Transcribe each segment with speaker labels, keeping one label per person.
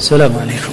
Speaker 1: السلام عليكم.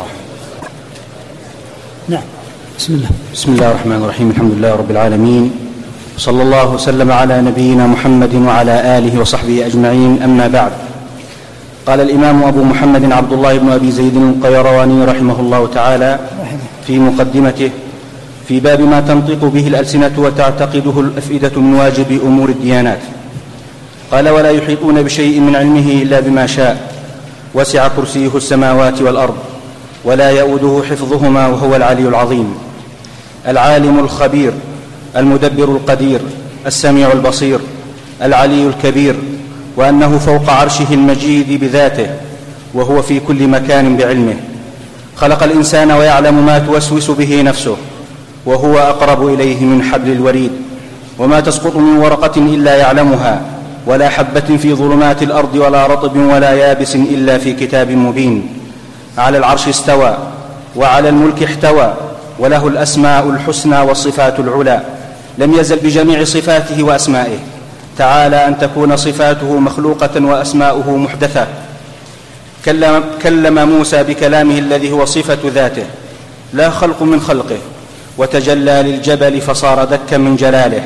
Speaker 1: نعم. بسم الله الرحمن الرحيم. الحمد لله رب العالمين، صلى الله وسلم على نبينا محمد وعلى آله وصحبه أجمعين، أما بعد. قال الإمام أبو محمد عبد الله بن أبي زيد القيرواني رحمه الله تعالى في مقدمته في باب ما تنطق به الألسنة وتعتقده الأفئدة من واجب أمور الديانات، قال: ولا يحيطون بشيء من علمه إلا بما شاء، وسع كرسيه السماوات والأرض، ولا يؤوده حفظهما، وهو العلي العظيم، العالم الخبير، المدبر القدير، السميع البصير، العلي الكبير، وأنه فوق عرشه المجيد بذاته، وهو في كل مكان بعلمه، خلق الإنسان ويعلم ما توسوس به نفسه، وهو أقرب إليه من حبل الوريد، وما تسقط من ورقة إلا يعلمها، ولا حبة في ظلمات الأرض ولا رطب ولا يابس إلا في كتاب مبين. على العرش استوى، وعلى الملك احتوى، وله الأسماء الحسنى والصفات العلى، لم يزل بجميع صفاته وأسمائه، تعالى أن تكون صفاته مخلوقة وأسماؤه محدثة. كلم موسى بكلامه الذي هو صفة ذاته، لا خلق من خلقه، وتجلى للجبل فصار دكا من جلاله.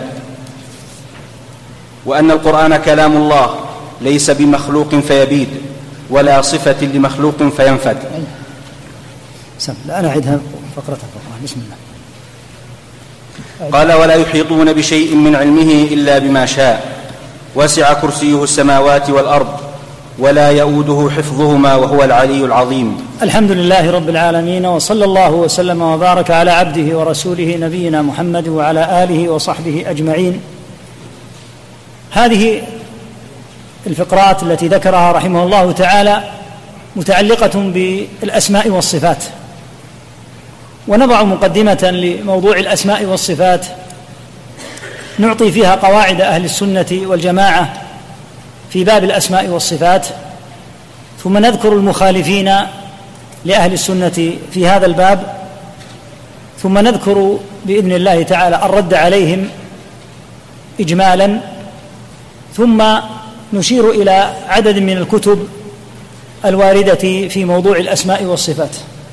Speaker 1: وأن القرآن كلام الله ليس بمخلوق فيبيد، ولا صفة لمخلوق فينفد.
Speaker 2: لا، أنا أعيدها فقرة. بسم الله.
Speaker 1: قال: ولا يحيطون بشيء من علمه إلا بما شاء، وسع كرسيه السماوات والأرض، ولا يؤوده حفظهما، وهو العلي العظيم.
Speaker 2: الحمد لله رب العالمين، وصلى الله وسلم وبارك على عبده ورسوله نبينا محمد وعلى آله وصحبه أجمعين. هذه الفقرات التي ذكرها رحمه الله تعالى متعلقة بالأسماء والصفات، ونضع مقدمة لموضوع الأسماء والصفات نعطي فيها قواعد أهل السنة والجماعة في باب الأسماء والصفات، ثم نذكر المخالفين لأهل السنة في هذا الباب، ثم نذكر بإذن الله تعالى الرد عليهم إجمالا، ثم نشير إلى عدد من الكتب الواردة في موضوع الأسماء والصفات.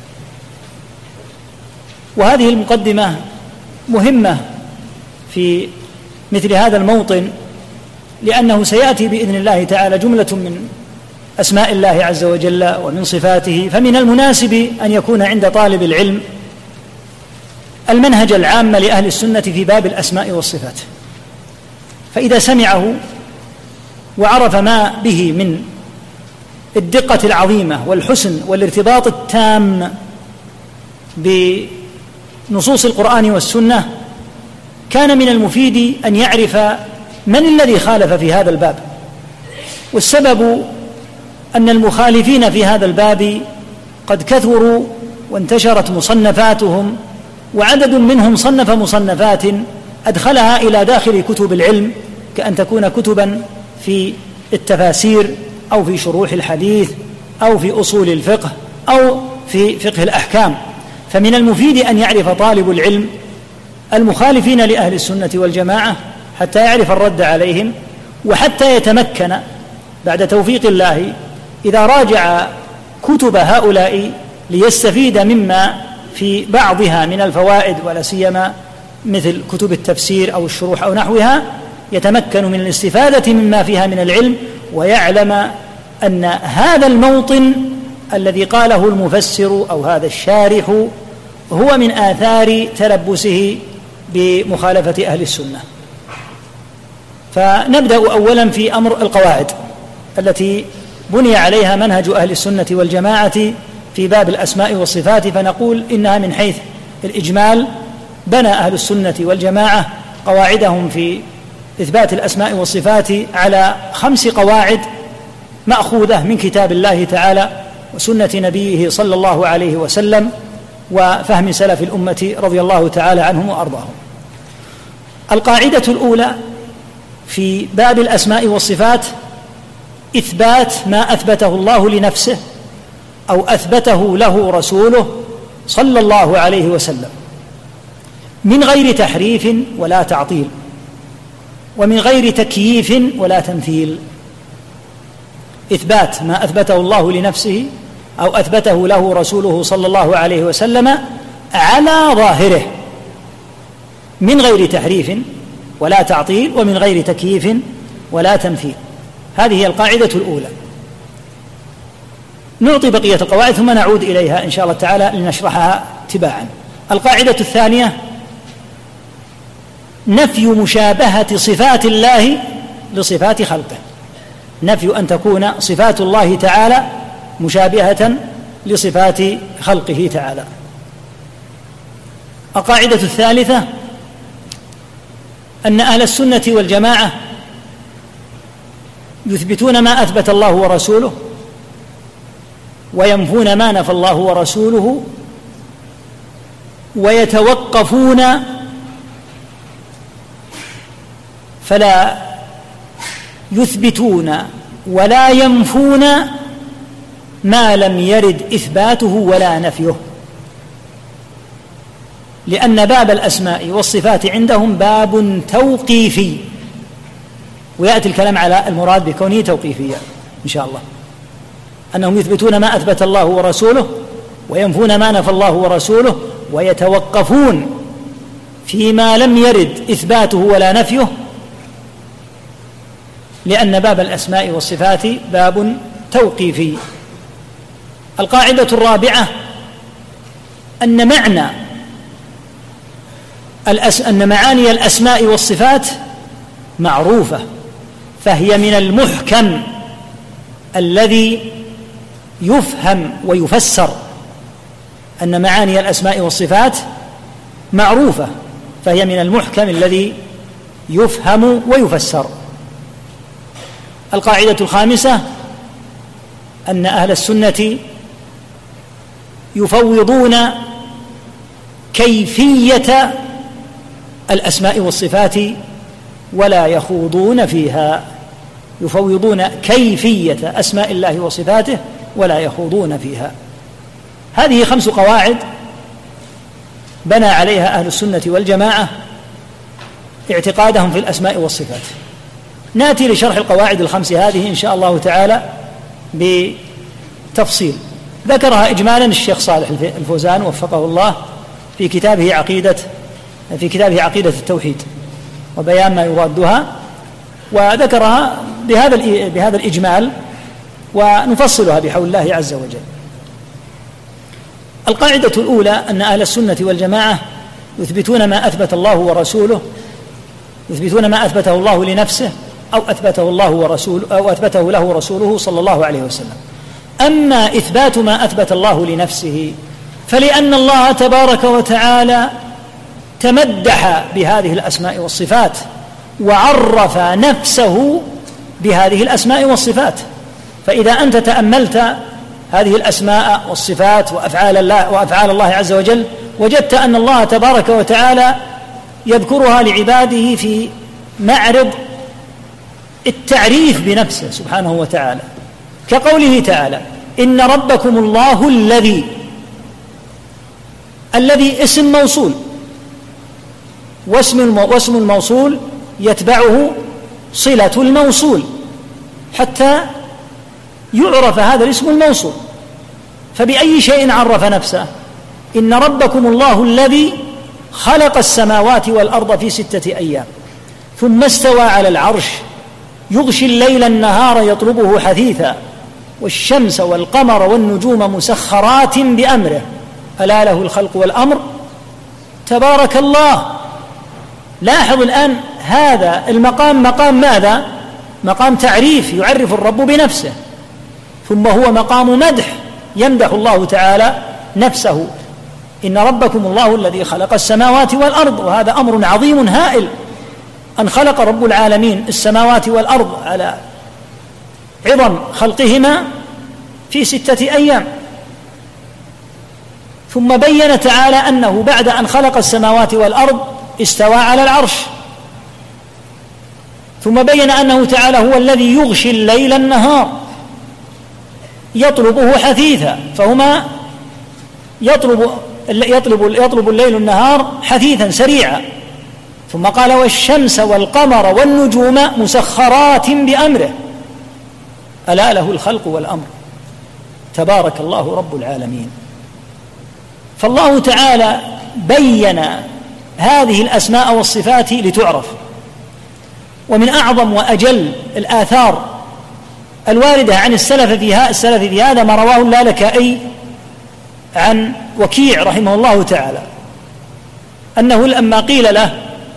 Speaker 2: وهذه المقدمة مهمة في مثل هذا الموطن، لأنه سيأتي بإذن الله تعالى جملة من أسماء الله عز وجل ومن صفاته، فمن المناسب أن يكون عند طالب العلم المنهج العام لأهل السنة في باب الأسماء والصفات، فإذا سمعه وعرف ما به من الدقة العظيمة والحسن والارتباط التام بنصوص القرآن والسنة، كان من المفيد أن يعرف من الذي خالف في هذا الباب. والسبب أن المخالفين في هذا الباب قد كثروا وانتشرت مصنفاتهم، وعدد منهم صنف مصنفات أدخلها إلى داخل كتب العلم، كأن تكون كتبا في التفاسير أو في شروح الحديث أو في أصول الفقه أو في فقه الأحكام. فمن المفيد أن يعرف طالب العلم المخالفين لأهل السنة والجماعة حتى يعرف الرد عليهم، وحتى يتمكن بعد توفيق الله إذا راجع كتب هؤلاء ليستفيد مما في بعضها من الفوائد، ولا سيما مثل كتب التفسير أو الشروح أو نحوها، يتمكن من الاستفادة مما فيها من العلم، ويعلم أن هذا الموطن الذي قاله المفسر أو هذا الشارح هو من آثار تلبسه بمخالفة أهل السنة. فنبدأ أولا في أمر القواعد التي بني عليها منهج أهل السنة والجماعة في باب الأسماء والصفات، فنقول إنها من حيث الإجمال بنى أهل السنة والجماعة قواعدهم في إثبات الأسماء والصفات على 5 قواعد مأخوذة من كتاب الله تعالى وسنة نبيه صلى الله عليه وسلم وفهم سلف الأمة رضي الله تعالى عنهم وأرضاهم. القاعدة الأولى في باب الأسماء والصفات إثبات ما أثبته الله لنفسه أو أثبته له رسوله صلى الله عليه وسلم، من غير تحريف ولا تعطيل، ومن غير تكييف ولا تمثيل. إثبات ما أثبته الله لنفسه أو أثبته له رسوله صلى الله عليه وسلم على ظاهره من غير تحريف ولا تعطيل ومن غير تكييف ولا تمثيل. هذه هي القاعدة الأولى. نعطي بقية القواعد ثم نعود إليها إن شاء الله تعالى لنشرحها تباعا. القاعدة الثانية: نفي مشابهة صفات الله لصفات خلقه، نفي أن تكون صفات الله تعالى مشابهة لصفات خلقه تعالى. القاعدة الثالثة: أن أهل السنة والجماعة يثبتون ما أثبت الله ورسوله وينفون ما نفى الله ورسوله، ويتوقفون فلا يثبتون ولا ينفون ما لم يرد إثباته ولا نفيه، لأن باب الأسماء والصفات عندهم باب توقيفي، ويأتي الكلام على المراد بكونه توقيفيا إن شاء الله. أنهم يثبتون ما أثبت الله ورسوله وينفون ما نفى الله ورسوله، ويتوقفون فيما لم يرد إثباته ولا نفيه، لأن باب الأسماء والصفات باب توقيفي. القاعدة الرابعة: أن معاني الأسماء والصفات معروفة، فهي من المحكم الذي يفهم ويفسر. أن معاني الأسماء والصفات معروفة، فهي من المحكم الذي يفهم ويفسر. القاعدة الخامسة: أن أهل السنة يفوضون كيفية الأسماء والصفات ولا يخوضون فيها، يفوضون كيفية أسماء الله وصفاته ولا يخوضون فيها. هذه 5 قواعد بنى عليها أهل السنة والجماعة اعتقادهم في الأسماء والصفات. نأتي لشرح القواعد ال5 هذه إن شاء الله تعالى بتفصيل. ذكرها إجمالا الشيخ صالح الفوزان وفقه الله في كتابه عقيدة التوحيد وبيان ما يرادها، وذكرها بهذا الإجمال، ونفصلها بحول الله عز وجل. القاعدة الأولى: أن أهل السنة والجماعة يثبتون ما أثبت الله ورسوله، يثبتون ما أثبته الله لنفسه أو أثبته له رسوله صلى الله عليه وسلم. أما إثبات ما أثبت الله لنفسه فلأن الله تبارك وتعالى تمدح بهذه الأسماء والصفات وعرف نفسه بهذه الأسماء والصفات. فإذا أنت تأملت هذه الأسماء والصفات وأفعال الله عز وجل، وجدت أن الله تبارك وتعالى يذكرها لعباده في معرض التعريف بنفسه سبحانه وتعالى، كقوله تعالى: إن ربكم الله الذي اسم موصول، واسم الموصول يتبعه صلة الموصول حتى يعرف هذا الاسم الموصول. فبأي شيء عرف نفسه؟ إن ربكم الله الذي خلق السماوات والأرض في 6 أيام ثم استوى على العرش يغشي الليل النهار يطلبه حثيثا والشمس والقمر والنجوم مسخرات بأمره ألا له الخلق والأمر تبارك الله. لاحظ الآن هذا المقام مقام ماذا؟ مقام تعريف، يعرف الرب بنفسه، ثم هو مقام مدح، يمدح الله تعالى نفسه. إن ربكم الله الذي خلق السماوات والأرض، وهذا أمر عظيم هائل، أن خلق رب العالمين السماوات والأرض على عظم خلقهما في 6 أيام. ثم بين تعالى أنه بعد أن خلق السماوات والأرض استوى على العرش، ثم بين أنه تعالى هو الذي يغشي الليل النهار يطلبه حثيثا، فهما يطلب الليل النهار حثيثا سريعا. ثم قال: والشمس والقمر والنجوم مسخرات بأمره ألا له الخلق والأمر. تبارك الله رب العالمين. فالله تعالى بين هذه الأسماء والصفات لتعرف. ومن أعظم وأجل الآثار الواردة عن السلف في هذا ما رواه اللالكائي عن وكيع رحمه الله تعالى أنه لما قيل له،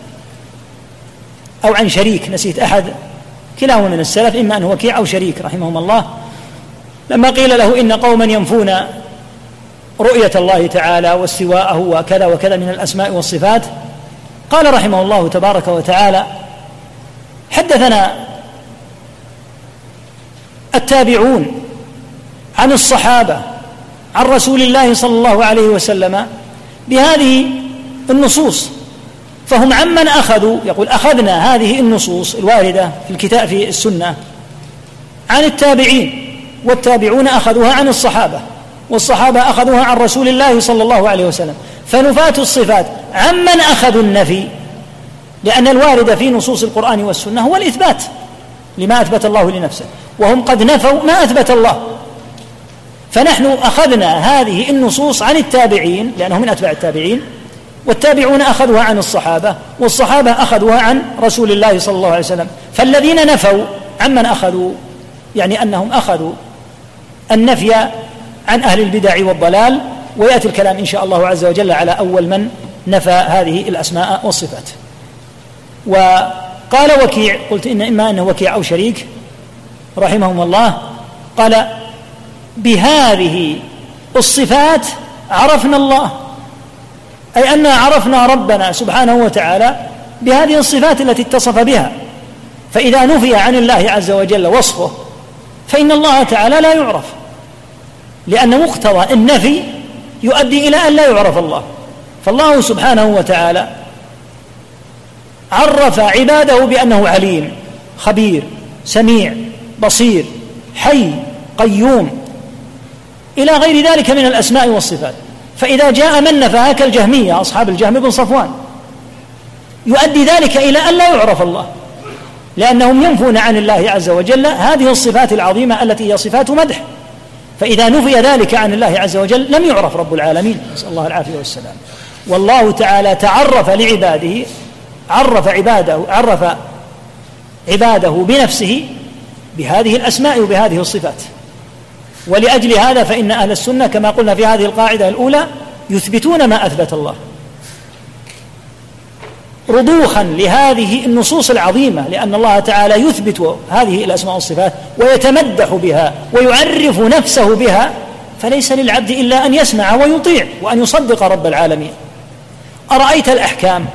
Speaker 2: أو عن شريك، نسيت أحد، كلاهما من السلف، إما أنه وكيع أو شريك رحمهم الله، لما قيل له إن قوما ينفون رؤية الله تعالى واستواءه وكذا وكذا من الأسماء والصفات، قال رحمه الله تبارك وتعالى: حدثنا التابعون عن الصحابة عن رسول الله صلى الله عليه وسلم بهذه النصوص، فهم عمن أخذوا، يقول أخذنا هذه النصوص الواردة في الكتاب في السنة عن التابعين، والتابعون أخذوها عن الصحابة، والصحابة أخذوها عن رسول الله صلى الله عليه وسلم. فنفاة الصفات عمن أخذوا النفي، لأن الوارد في نصوص القرآن والسنة هو الإثبات لما أثبت الله لنفسه، وهم قد نفوا ما أثبت الله. فنحن أخذنا هذه النصوص عن التابعين لأنهم من أتباع التابعين، والتابعون أخذوها عن الصحابة، والصحابة أخذوها عن رسول الله صلى الله عليه وسلم. فالذين نفوا عمن أخذوا، يعني أنهم أخذوا النفي عن أهل البدع والضلال. ويأتي الكلام إن شاء الله عز وجل على أول من نفى هذه الأسماء والصفات. وقال وكيع، قلت إن إما أنه وكيع أو شريك رحمهم الله، قال: بهذه الصفات عرفنا الله، أي أننا عرفنا ربنا سبحانه وتعالى بهذه الصفات التي اتصف بها. فإذا نفي عن الله عز وجل وصفه فإن الله تعالى لا يعرف، لأن مقتضى النفي يؤدي إلى أن لا يعرف الله. فالله سبحانه وتعالى عرف عباده بأنه عليم خبير سميع بصير حي قيوم إلى غير ذلك من الأسماء والصفات. فإذا جاء من نفاها كالجهمية أصحاب الجهم بن صفوان، يؤدي ذلك إلى أن لا يعرف الله، لأنهم ينفون عن الله عز وجل هذه الصفات العظيمة التي هي صفات مدح. فإذا نفي ذلك عن الله عز وجل لم يعرف رب العالمين، نسأل الله العافية والسلام. والله تعالى تعرف لعباده، عرف عباده بنفسه بهذه الأسماء وبهذه الصفات. ولأجل هذا فإن أهل السنة كما قلنا في هذه القاعدة الأولى يثبتون ما أثبت الله رضوخا لهذه النصوص العظيمة، لأن الله تعالى يثبت هذه الأسماء والصفات ويتمدح بها ويعرف نفسه بها، فليس للعبد إلا أن يسمع ويطيع وأن يصدق رب العالمين. أرأيت الأحكام،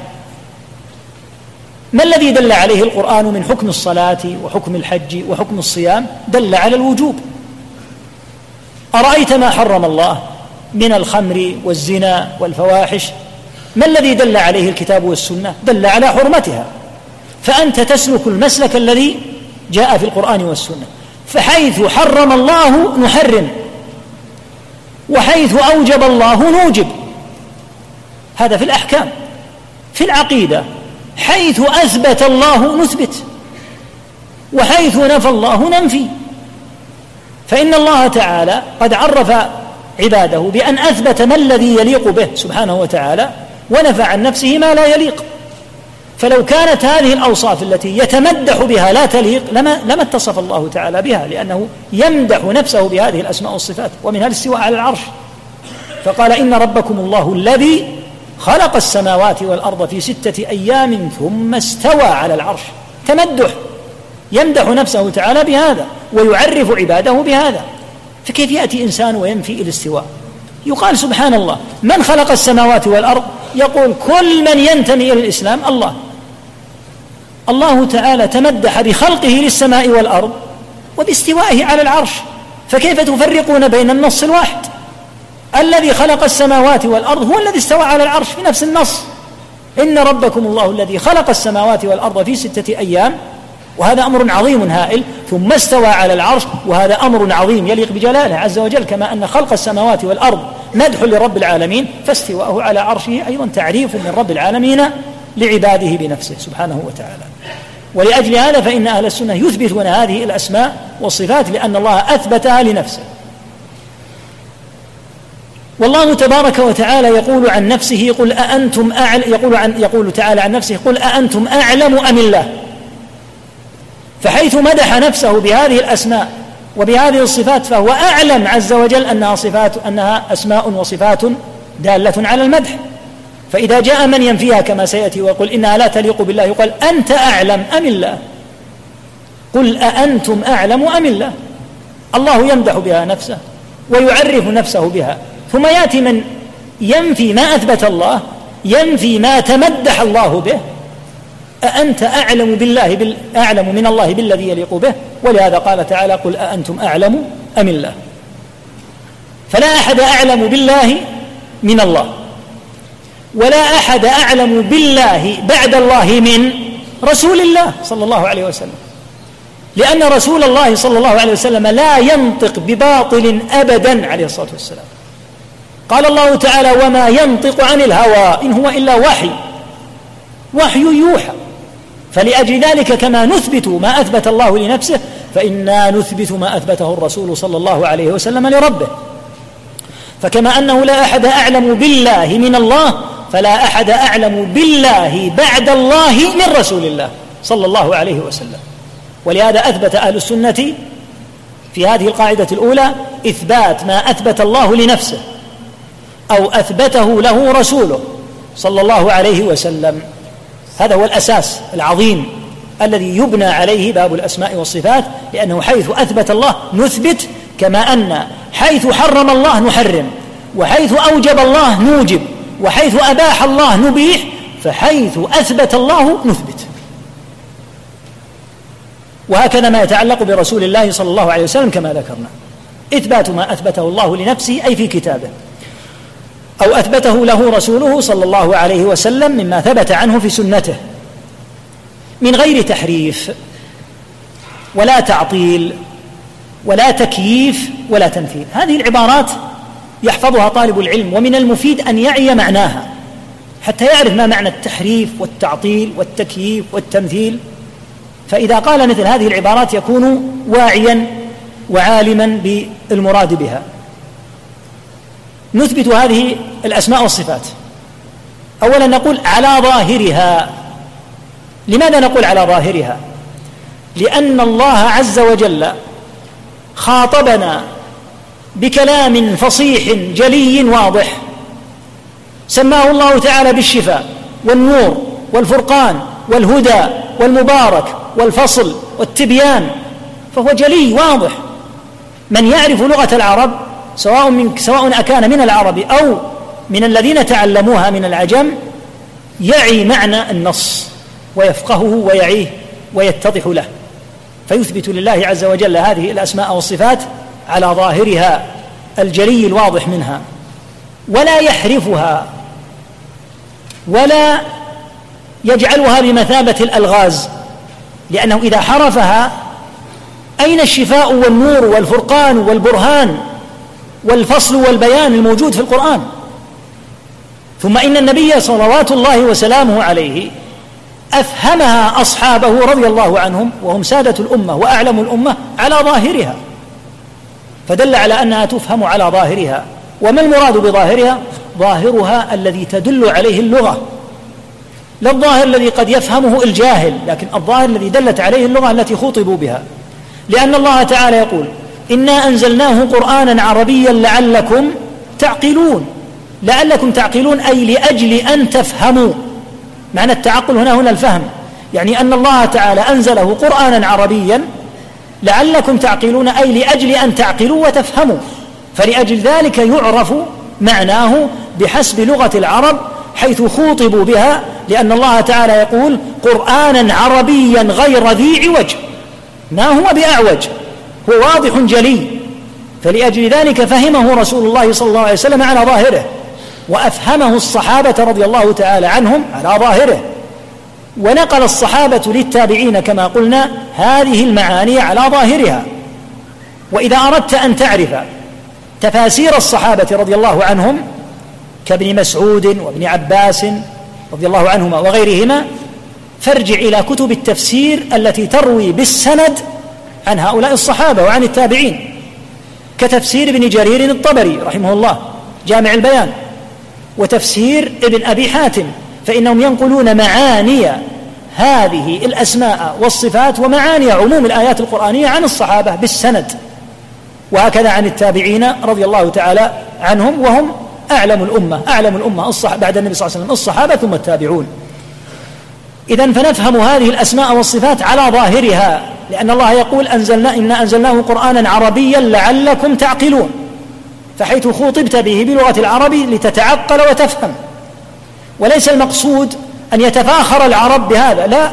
Speaker 2: ما الذي دل عليه القرآن من حكم الصلاة وحكم الحج وحكم الصيام؟ دل على الوجوب. أرأيت ما حرم الله من الخمر والزنا والفواحش، ما الذي دل عليه الكتاب والسنة؟ دل على حرمتها. فأنت تسلك المسلك الذي جاء في القرآن والسنة، فحيث حرم الله نحرم، وحيث أوجب الله نوجب. هذا في الأحكام. في العقيدة حيث أثبت الله نثبت، وحيث نفى الله ننفي. فإن الله تعالى قد عرف عباده بأن أثبت ما الذي يليق به سبحانه وتعالى، ونفى عن نفسه ما لا يليق. فلو كانت هذه الأوصاف التي يتمدح بها لا تليق لما اتصف الله تعالى بها، لأنه يمدح نفسه بهذه الأسماء والصفات. ومنها الاستواء على العرش، فقال: إن ربكم الله الذي خلق السماوات والأرض في 6 أيام ثم استوى على العرش. تمدح، يمدح نفسه تعالى بهذا ويعرف عباده بهذا. فكيف يأتي إنسان وينفي الاستواء؟ يقال سبحان الله، من خلق السماوات والأرض؟ يقول كل من ينتمي إلى الإسلام الله. الله تعالى تمدح بخلقه للسماء والأرض وباستوائه على العرش، فكيف تفرقون بين النص الواحد؟ الذي خلق السماوات والأرض هو الذي استوى على العرش في نفس النص. إن ربكم الله الذي خلق السماوات والأرض في 6 أيام، وهذا أمر عظيم هائل، ثم استوى على العرش، وهذا أمر عظيم يليق بجلاله عز وجل. كما أن خلق السماوات والأرض مدح لرب العالمين، فاستواءه على عرشه أيضا تعريف من رب العالمين لعباده بنفسه سبحانه وتعالى. ولأجل هذا فإن أهل السنة يثبتون هذه الأسماء والصفات، لأن الله أثبتها لنفسه. والله تبارك وتعالى يقول عن نفسه قل أأنتم يقول تعالى عن نفسه قل أأنتم أعلم أم الله. فحيث مدح نفسه بهذه الأسماء وبهذه الصفات فهو أعلم عز وجل أنها أسماء وصفات دالة على المدح. فإذا جاء من ينفيها كما سيأتي ويقول إنها لا تليق بالله يقول أنت أعلم أم الله. قل أأنتم أعلم أم الله. الله يمدح بها نفسه ويعرف نفسه بها، ثم يأتي من ينفي ما أثبت الله، ينفي ما تمدح الله به. أأنت أعلم من الله بالذي يليق به. ولهذا قال تعالى قل أأنتم أعلم أم الله. فلا أحد أعلم بالله من الله، ولا أحد أعلم بالله بعد الله من رسول الله صلى الله عليه وسلم، لأن رسول الله صلى الله عليه وسلم لا ينطق بباطل أبدا عليه الصلاة والسلام. قال الله تعالى وما ينطق عن الهوى إن هو إلا وحي يوحى. فلأجل ذلك كما نثبت ما أثبت الله لنفسه فإنا نثبت ما أثبته الرسول صلى الله عليه وسلم لربه. فكما أنه لا أحد أعلم بالله من الله فلا أحد أعلم بالله بعد الله من رسول الله صلى الله عليه وسلم. ولهذا أثبت أهل السنة في هذه القاعدة الأولى إثبات ما أثبت الله لنفسه أو أثبته له رسوله صلى الله عليه وسلم. هذا هو الأساس العظيم الذي يبنى عليه باب الأسماء والصفات، لأنه حيث أثبت الله نثبت، كما أن حيث حرم الله نحرم، وحيث أوجب الله نوجب، وحيث أباح الله نبيح، فحيث أثبت الله نثبت. وهكذا ما يتعلق برسول الله صلى الله عليه وسلم كما ذكرنا، إثبات ما أثبته الله لنفسه أي في كتابه أو أثبته له رسوله صلى الله عليه وسلم مما ثبت عنه في سنته من غير تحريف ولا تعطيل ولا تكييف ولا تمثيل. هذه العبارات يحفظها طالب العلم، ومن المفيد أن يعي معناها حتى يعرف ما معنى التحريف والتعطيل والتكييف والتمثيل. فإذا قال مثل هذه العبارات يكون واعيا وعالما بالمراد بها. نثبت هذه الأسماء والصفات. أولا نقول على ظاهرها. لماذا نقول على ظاهرها؟ لأن الله عز وجل خاطبنا بكلام فصيح جلي واضح سماه الله تعالى بالشفاء والنور والفرقان والهدى والمبارك والفصل والتبيان، فهو جلي واضح. من يعرف لغة العرب سواء أكان من العرب أو من الذين تعلموها من العجم يعي معنى النص ويفقهه ويعيه ويتضح له، فيثبت لله عز وجل هذه الأسماء والصفات على ظاهرها الجلي الواضح منها، ولا يحرفها ولا يجعلها بمثابة الألغاز، لأنه إذا حرفها أين الشفاء والنور والفرقان والبرهان والفصل والبيان الموجود في القرآن؟ ثم إن النبي صلوات الله وسلامه عليه أفهمها أصحابه رضي الله عنهم وهم سادة الأمة وأعلم الأمة على ظاهرها، فدل على أنها تفهم على ظاهرها. وما المراد بظاهرها؟ ظاهرها الذي تدل عليه اللغة، لا الظاهر الذي قد يفهمه الجاهل، لكن الظاهر الذي دلت عليه اللغة التي خطبوا بها. لأن الله تعالى يقول إنا أنزلناه قرآنا عربيا لعلكم تعقلون. لعلكم تعقلون أي لأجل أن تفهموا. معنى التعقل هنا الفهم، يعني أن الله تعالى أنزله قرآنا عربيا لعلكم تعقلون أي لأجل أن تعقلوا وتفهموا. فلأجل ذلك يعرف معناه بحسب لغة العرب حيث خوطبوا بها، لأن الله تعالى يقول قرآنا عربيا غير ذي عوج، ما هو بأعوج، هو واضح جلي. فلأجل ذلك فهمه رسول الله صلى الله عليه وسلم على ظاهره، وأفهمه الصحابة رضي الله تعالى عنهم على ظاهره، ونقل الصحابة للتابعين كما قلنا هذه المعاني على ظاهرها. وإذا أردت أن تعرف تفاسير الصحابة رضي الله عنهم كابن مسعود وابن عباس رضي الله عنهما وغيرهما فارجع إلى كتب التفسير التي تروي بالسند عن هؤلاء الصحابة وعن التابعين، كتفسير ابن جرير الطبري رحمه الله، جامع البيان، وتفسير ابن أبي حاتم، فإنهم ينقلون معاني هذه الأسماء والصفات ومعاني عموم الآيات القرآنية عن الصحابة بالسند، وهكذا عن التابعين رضي الله تعالى عنهم، وهم أعلم الأمة بعد النبي صلى الله عليه وسلم الصحابة ثم التابعون. إذن فنفهم هذه الأسماء والصفات على ظاهرها، لأن الله يقول إنا أنزلناه قرآنا عربيا لعلكم تعقلون، فحيث خوطبت به بلغة العرب لتتعقل وتفهم، وليس المقصود أن يتفاخر العرب بهذا، لا،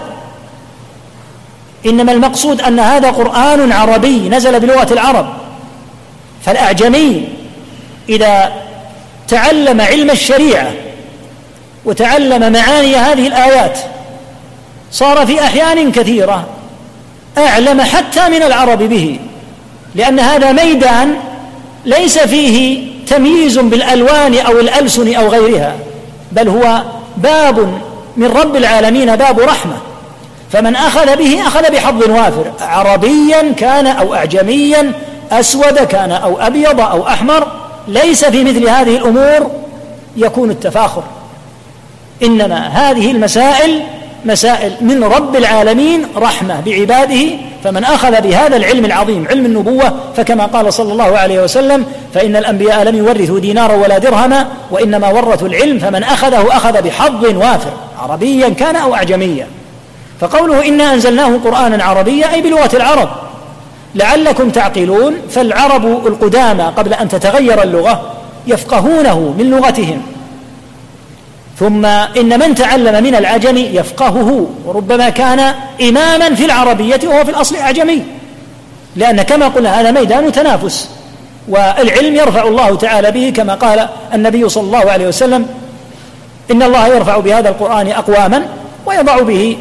Speaker 2: إنما المقصود أن هذا قرآن عربي نزل بلغة العرب، فالأعجمي إذا تعلم علم الشريعة وتعلم معاني هذه الآيات صار في أحيان كثيرة أعلم حتى من العرب به، لأن هذا ميدان ليس فيه تمييز بالألوان أو الألسن أو غيرها، بل هو باب من رب العالمين، باب رحمة، فمن أخذ به أخذ بحظ وافر، عربيا كان أو أعجميا، أسود كان أو أبيض أو أحمر، ليس في مثل هذه الأمور يكون التفاخر، إنما هذه المسائل مسائل من رب العالمين رحمة بعباده، فمن أخذ بهذا العلم العظيم علم النبوة، فكما قال صلى الله عليه وسلم: فإن الأنبياء لم يورثوا دينارا ولا درهما وإنما ورثوا العلم، فمن أخذه أخذ بحظ وافر، عربيا كان أو أعجميا. فقوله إنا أنزلناه قرآنا عربيا أي بلغة العرب لعلكم تعقلون، فالعرب القدامى قبل أن تتغير اللغة يفقهونه من لغتهم، ثم إن من تعلم من العجم يفقهه، وربما كان إماما في العربية وهو في الأصل أعجمي، لأن كما قلنا هذا ميدان تنافس، والعلم يرفع الله تعالى به، كما قال النبي صلى الله عليه وسلم: إن الله يرفع بهذا القرآن أقواما ويضع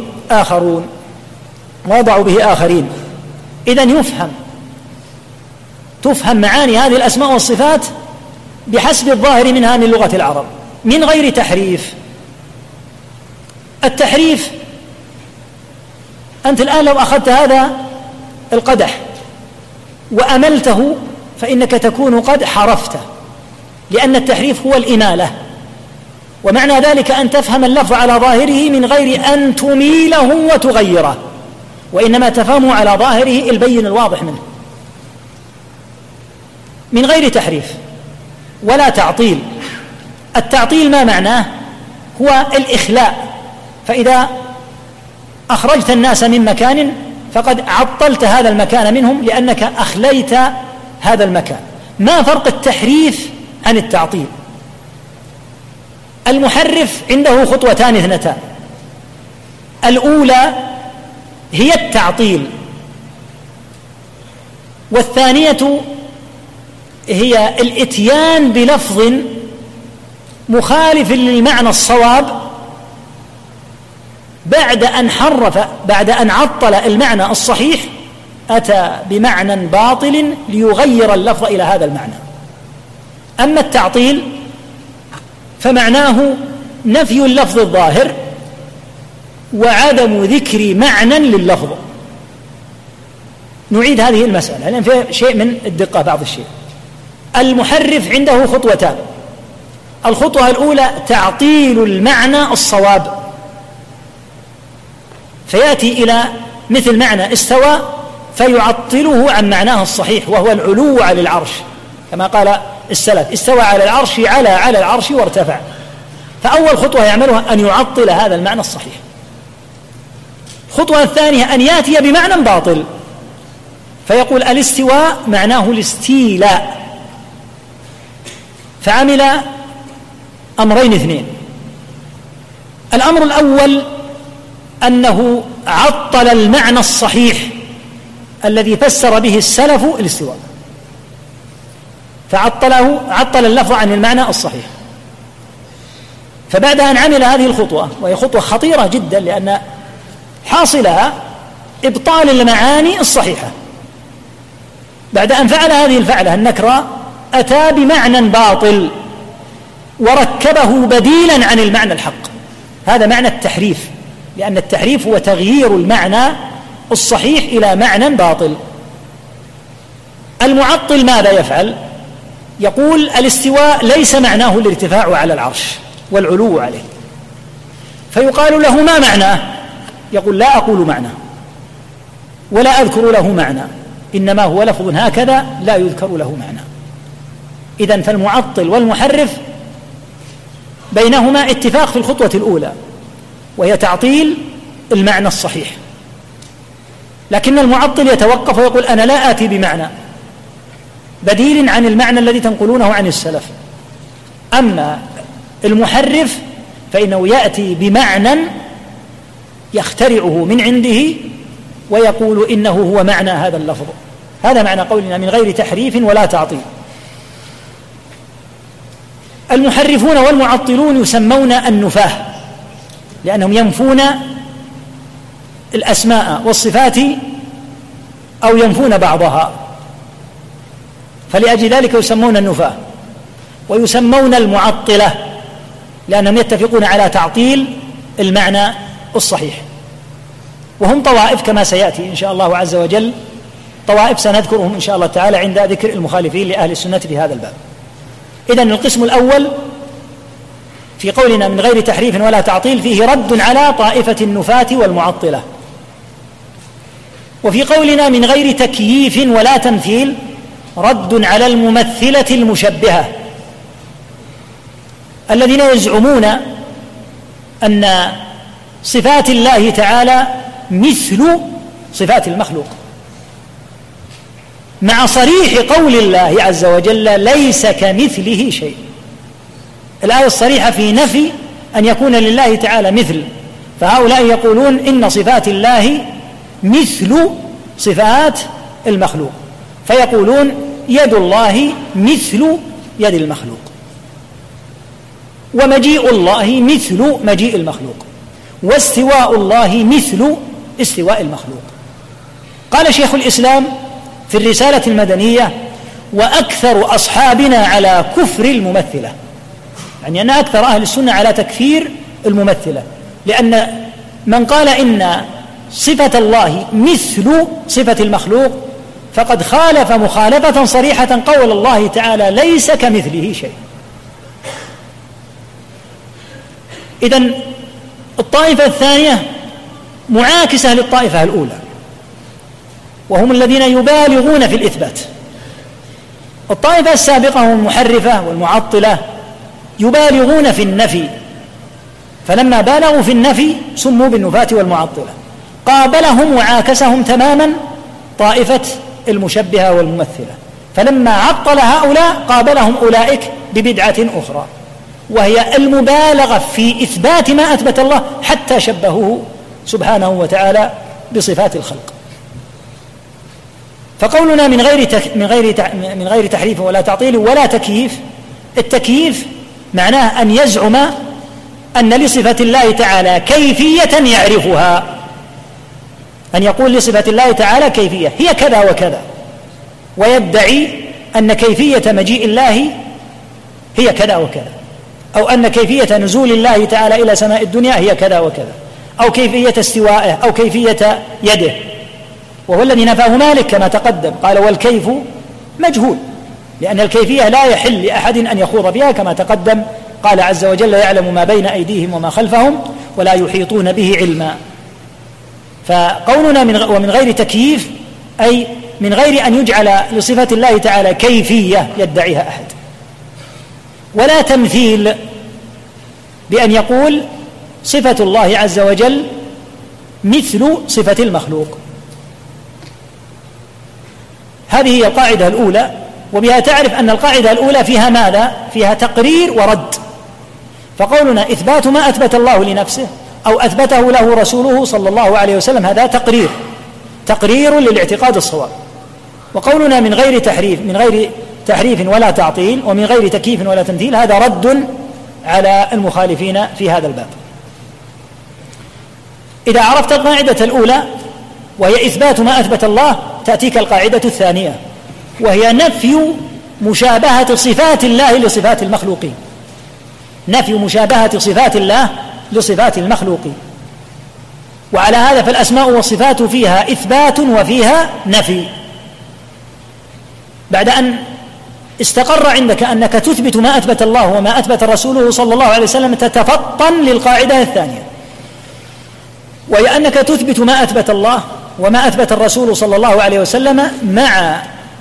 Speaker 2: به آخرين. إذن تفهم معاني هذه الأسماء والصفات بحسب الظاهر منها من لغة العرب من غير تحريف. التحريف، أنت الآن لو أخذت هذا القدح وأملته فإنك تكون قد حرفته، لأن التحريف هو الإمالة، ومعنى ذلك أن تفهم اللفظ على ظاهره من غير أن تميله وتغيره، وإنما تفهمه على ظاهره البين الواضح منه من غير تحريف ولا تعطيل. التعطيل ما معناه؟ هو الإخلاء، فإذا أخرجت الناس من مكان فقد عطلت هذا المكان منهم لأنك أخليت هذا المكان. ما فرق التحريف عن التعطيل؟ المحرف عنده خطوتان اثنتان، الأولى هي التعطيل، والثانية هي الإتيان بلفظ مخالف للمعنى الصواب بعد أن عطل المعنى الصحيح، أتى بمعنى باطل ليغير اللفظ إلى هذا المعنى. أما التعطيل فمعناه نفي اللفظ الظاهر وعدم ذكر معنى لللفظ. نعيد هذه المسألة لأن فيها شيء من الدقة بعض الشيء. المحرف عنده خطوتان، الخطوة الأولى تعطيل المعنى الصواب، فيأتي إلى مثل معنى استوى فيعطله عن معناه الصحيح وهو العلو على العرش، كما قال السلف: استوى على العرش، على العرش وارتفع. فأول خطوة يعملها أن يعطل هذا المعنى الصحيح. الخطوة الثانية أن يأتي بمعنى باطل، فيقول الاستواء معناه الاستيلاء، فعمل أمرين اثنين. الأمر الأول أنه عطل المعنى الصحيح الذي فسر به السلف الاستواء، عطل اللفظ عن المعنى الصحيح. فبعد أن عمل هذه الخطوة، وهي خطوة خطيرة جدا لأن حاصلها إبطال المعاني الصحيحة، بعد أن فعل هذه الفعلة النكرة أتى بمعنى باطل وركبه بديلا عن المعنى الحق. هذا معنى التحريف، لأن التحريف هو تغيير المعنى الصحيح إلى معنى باطل. المعطل ماذا يفعل؟ يقول الاستواء ليس معناه الارتفاع على العرش والعلو عليه، فيقال له ما معناه؟ يقول لا أقول معناه ولا أذكر له معنى، إنما هو لفظ هكذا لا يذكر له معنى. إذن فالمعطل والمحرف بينهما اتفاق في الخطوة الأولى، وهي تعطيل المعنى الصحيح، لكن المعطل يتوقف ويقول أنا لا آتي بمعنى بديل عن المعنى الذي تنقلونه عن السلف. أما المحرف فإنه يأتي بمعنى يخترعه من عنده ويقول إنه هو معنى هذا اللفظ. هذا معنى قولنا من غير تحريف ولا تعطيل. المحرفون والمعطلون يسمون النفاة، لأنهم ينفون الأسماء والصفات أو ينفون بعضها، فلأجل ذلك يسمون النفاة. ويسمون المعطلة لأنهم يتفقون على تعطيل المعنى الصحيح، وهم طوائف كما سيأتي إن شاء الله عز وجل، طوائف سنذكرهم إن شاء الله تعالى عند ذكر المخالفين لأهل السنة في هذا الباب. إذن القسم الأول في قولنا من غير تحريف ولا تعطيل فيه رد على طائفة النفاة والمعطلة. وفي قولنا من غير تكييف ولا تمثيل رد على الممثلة المشبهة الذين يزعمون أن صفات الله تعالى مثل صفات المخلوق، مع صريح قول الله عز وجل ليس كمثله شيء. الآية الصريحة في نفي أن يكون لله تعالى مثل، فهؤلاء يقولون إن صفات الله مثل صفات المخلوق، فيقولون يد الله مثل يد المخلوق، ومجيء الله مثل مجيء المخلوق، واستواء الله مثل استواء المخلوق. قال شيخ الإسلام في الرسالة المدنية: وأكثر أصحابنا على كفر الممثلة، يعني أن أكثر أهل السنة على تكفير الممثلة، لأن من قال إن صفة الله مثل صفة المخلوق فقد خالف مخالفة صريحة قول الله تعالى ليس كمثله شيء. إذن الطائفة الثانية معاكسة للطائفة الأولى، وهم الذين يبالغون في الإثبات. الطائفة السابقة هم المحرفة والمعطلة يبالغون في النفي، فلما بالغوا في النفي سموا بالنفاة والمعطلة. قابلهم وعاكسهم تماما طائفة المشبهة والممثلة، فلما عطل هؤلاء قابلهم أولئك ببدعة أخرى، وهي المبالغة في إثبات ما أثبت الله حتى شبهوه سبحانه وتعالى بصفات الخلق. فقولنا من غير تحريف ولا تعطيل ولا تكييف، التكييف معناه أن يزعم أن لصفة الله تعالى كيفية يعرفها، أن يقول لصفة الله تعالى كيفية هي كذا وكذا، ويدعي أن كيفية مجيء الله هي كذا وكذا، أو أن كيفية نزول الله تعالى إلى سماء الدنيا هي كذا وكذا، أو كيفية استوائه، أو كيفية يده. وهو الذي نفاه مالك كما تقدم، قال والكيف مجهول، لأن الكيفية لا يحل لأحد أن يخوض بها كما تقدم. قال عز وجل يعلم ما بين أيديهم وما خلفهم ولا يحيطون به علما. فقولنا ومن غير تكييف أي من غير أن يجعل لصفة الله تعالى كيفية يدعيها أحد، ولا تمثيل بأن يقول صفة الله عز وجل مثل صفة المخلوق. هذه هي القاعدة الأولى، وبها تعرف أن القاعدة الأولى فيها ماذا؟ فيها تقرير ورد. فقولنا إثبات ما أثبت الله لنفسه أو أثبته له رسوله صلى الله عليه وسلم هذا تقرير للاعتقاد الصواب. وقولنا من غير تحريف ولا تعطيل ومن غير تكييف ولا تمثيل هذا رد على المخالفين في هذا الباب. إذا عرفت القاعدة الأولى وهي إثبات ما أثبت الله، تأتيك القاعدة الثانية وهي نفي مشابهة صفات الله لصفات المخلوقين، نفي مشابهة صفات الله لصفات المخلوقين. وعلى هذا فالأسماء والصفات فيها إثبات وفيها نفي. بعد أن استقر عندك أنك تثبت ما أثبت الله وما أثبت رسوله صلى الله عليه وسلم، تتفطن للقاعدة الثانية، وهي أنك تثبت ما أثبت الله وما أثبت الرسول صلى الله عليه وسلم مع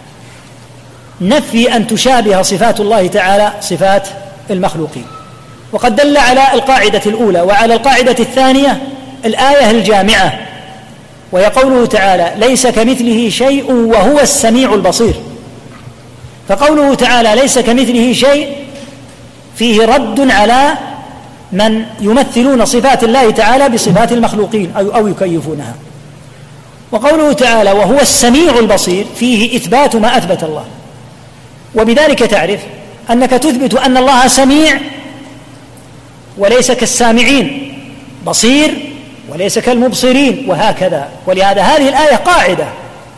Speaker 2: نفي أن تشابه صفات الله تعالى صفات المخلوقين. وقد دل على القاعدة الأولى وعلى القاعدة الثانية الآية الجامعة، وهي قوله تعالى: ليس كمثله شيء وهو السميع البصير. فقوله تعالى ليس كمثله شيء فيه رد على من يمثلون صفات الله تعالى بصفات المخلوقين أو يكيفونها. وقوله تعالى وهو السميع البصير فيه إثبات ما أثبت الله، وبذلك تعرف أنك تثبت أن الله سميع وليس كالسامعين، بصير وليس كالمبصرين، وهكذا. ولهذا هذه الآية قاعدة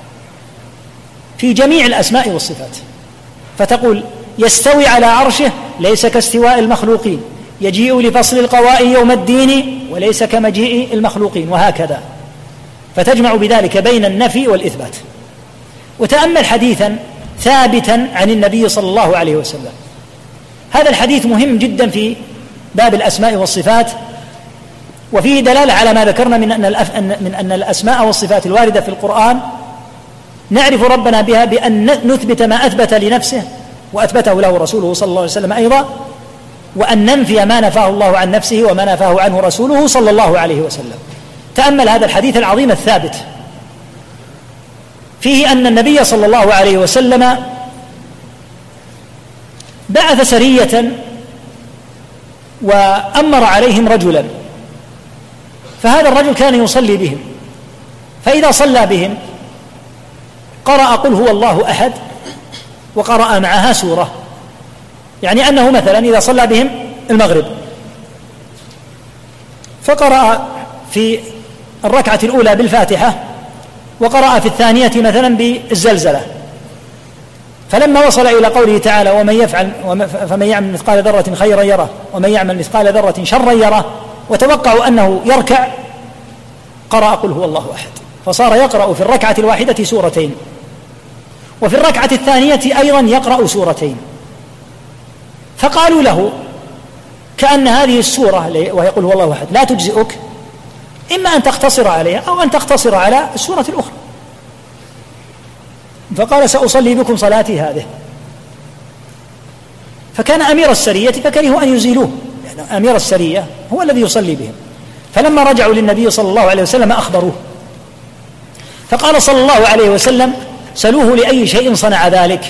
Speaker 2: في جميع الأسماء والصفات، فتقول يستوي على عرشه ليس كاستواء المخلوقين، يجيء لفصل القضاء يوم الدين وليس كمجيء المخلوقين، وهكذا. فتجمع بذلك بين النفي والإثبات. وتأمل حديثا ثابتا عن النبي صلى الله عليه وسلم. هذا الحديث مهم جدا في باب الأسماء والصفات، وفيه دلالة على ما ذكرنا من أن الأسماء والصفات الواردة في القرآن نعرف ربنا بها بأن نثبت ما أثبت لنفسه وأثبته له رسوله صلى الله عليه وسلم أيضا، وأن ننفي ما نفاه الله عن نفسه وما نفاه عنه رسوله صلى الله عليه وسلم. تأمل هذا الحديث العظيم الثابت، فيه أن النبي صلى الله عليه وسلم بعث سرية وأمر عليهم رجلا، فهذا الرجل كان يصلي بهم، فإذا صلى بهم قرأ قل هو الله أحد وقرأ معها سورة، يعني أنه مثلا إذا صلى بهم المغرب فقرأ في الركعة الأولى بالفاتحة وقرأ في الثانية مثلا بالزلزلة، فلما وصل إلى قوله تعالى فمن يعمل مثقال ذرة خيرا يره ومن يعمل مثقال ذرة شرا يره، وتوقعوا أنه يركع، قرأ قل هو الله أحد، فصار يقرأ في الركعة الواحدة سورتين، وفي الركعة الثانية أيضا يقرأ سورتين. فقالوا له كأن هذه السورة وهي قل هو الله أحد لا تجزئك، إما أن تقتصر عليها أو أن تقتصر على السورة الأخرى. فقال سأصلي بكم صلاتي هذه. فكان أمير السرية فكرهوا أن يزيلوه، يعني أمير السرية هو الذي يصلي بهم. فلما رجعوا للنبي صلى الله عليه وسلم أخبروه، فقال صلى الله عليه وسلم سلوه لأي شيء صنع ذلك،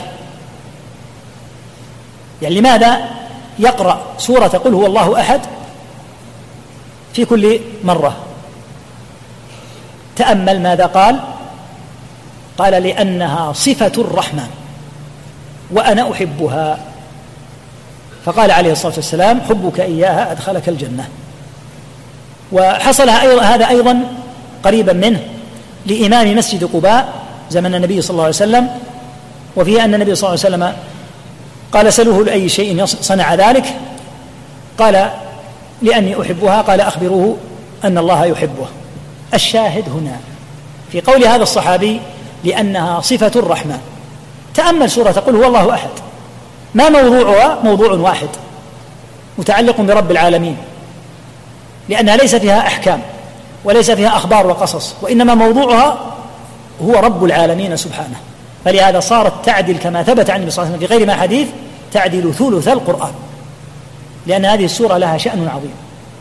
Speaker 2: يعني لماذا يقرأ سورة قل هو الله أحد في كل مرة؟ تأمل ماذا قال لأنها صفة الرحمن وأنا أحبها. فقال عليه الصلاة والسلام حبك إياها أدخلك الجنة. وحصل هذا أيضا قريبا منه لإمام مسجد قباء زمن النبي صلى الله عليه وسلم، وفيه أن النبي صلى الله عليه وسلم قال سلوه لأي شيء صنع ذلك، قال لأني أحبها، قال أخبروه أن الله يحبه. الشاهد هنا في قول هذا الصحابي لأنها صفة الرحمن. تأمل سورة قل هو الله أحد، ما موضوعها؟ موضوع واحد متعلق برب العالمين، لأنها ليس فيها أحكام وليس فيها أخبار وقصص، وإنما موضوعها هو رب العالمين سبحانه. فلهذا صارت تعدل كما ثبت عن النبي صلى الله عليه وسلم في غير ما حديث تعدل ثلث القرآن، لأن هذه السورة لها شأن عظيم.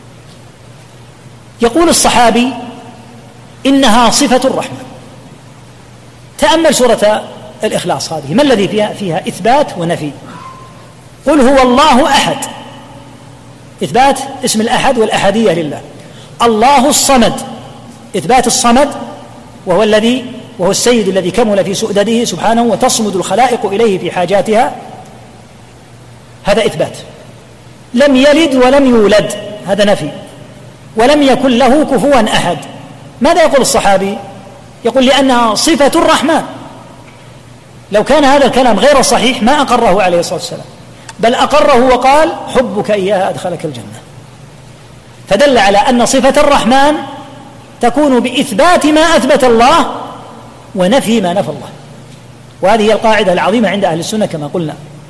Speaker 2: يقول الصحابي إنها صفة الرحمن. تأمل سورة الإخلاص هذه، ما الذي فيها إثبات ونفي. قل هو الله أحد، إثبات اسم الأحد والأحدية لله. الله الصمد، إثبات الصمد وهو السيد الذي كمل في سؤدده سبحانه وتصمد الخلائق إليه في حاجاتها، هذا إثبات. لم يلد ولم يولد، هذا نفي. ولم يكن له كفوا أحد. ماذا يقول الصحابي؟ يقول لأنها صفة الرحمن. لو كان هذا الكلام غير صحيح ما أقره عليه الصلاة والسلام، بل أقره وقال حبك إياها أدخلك الجنة. فدل على أن صفة الرحمن تكون بإثبات ما أثبت الله ونفي ما نفى الله. وهذه هي القاعدة العظيمة عند أهل السنة كما قلنا،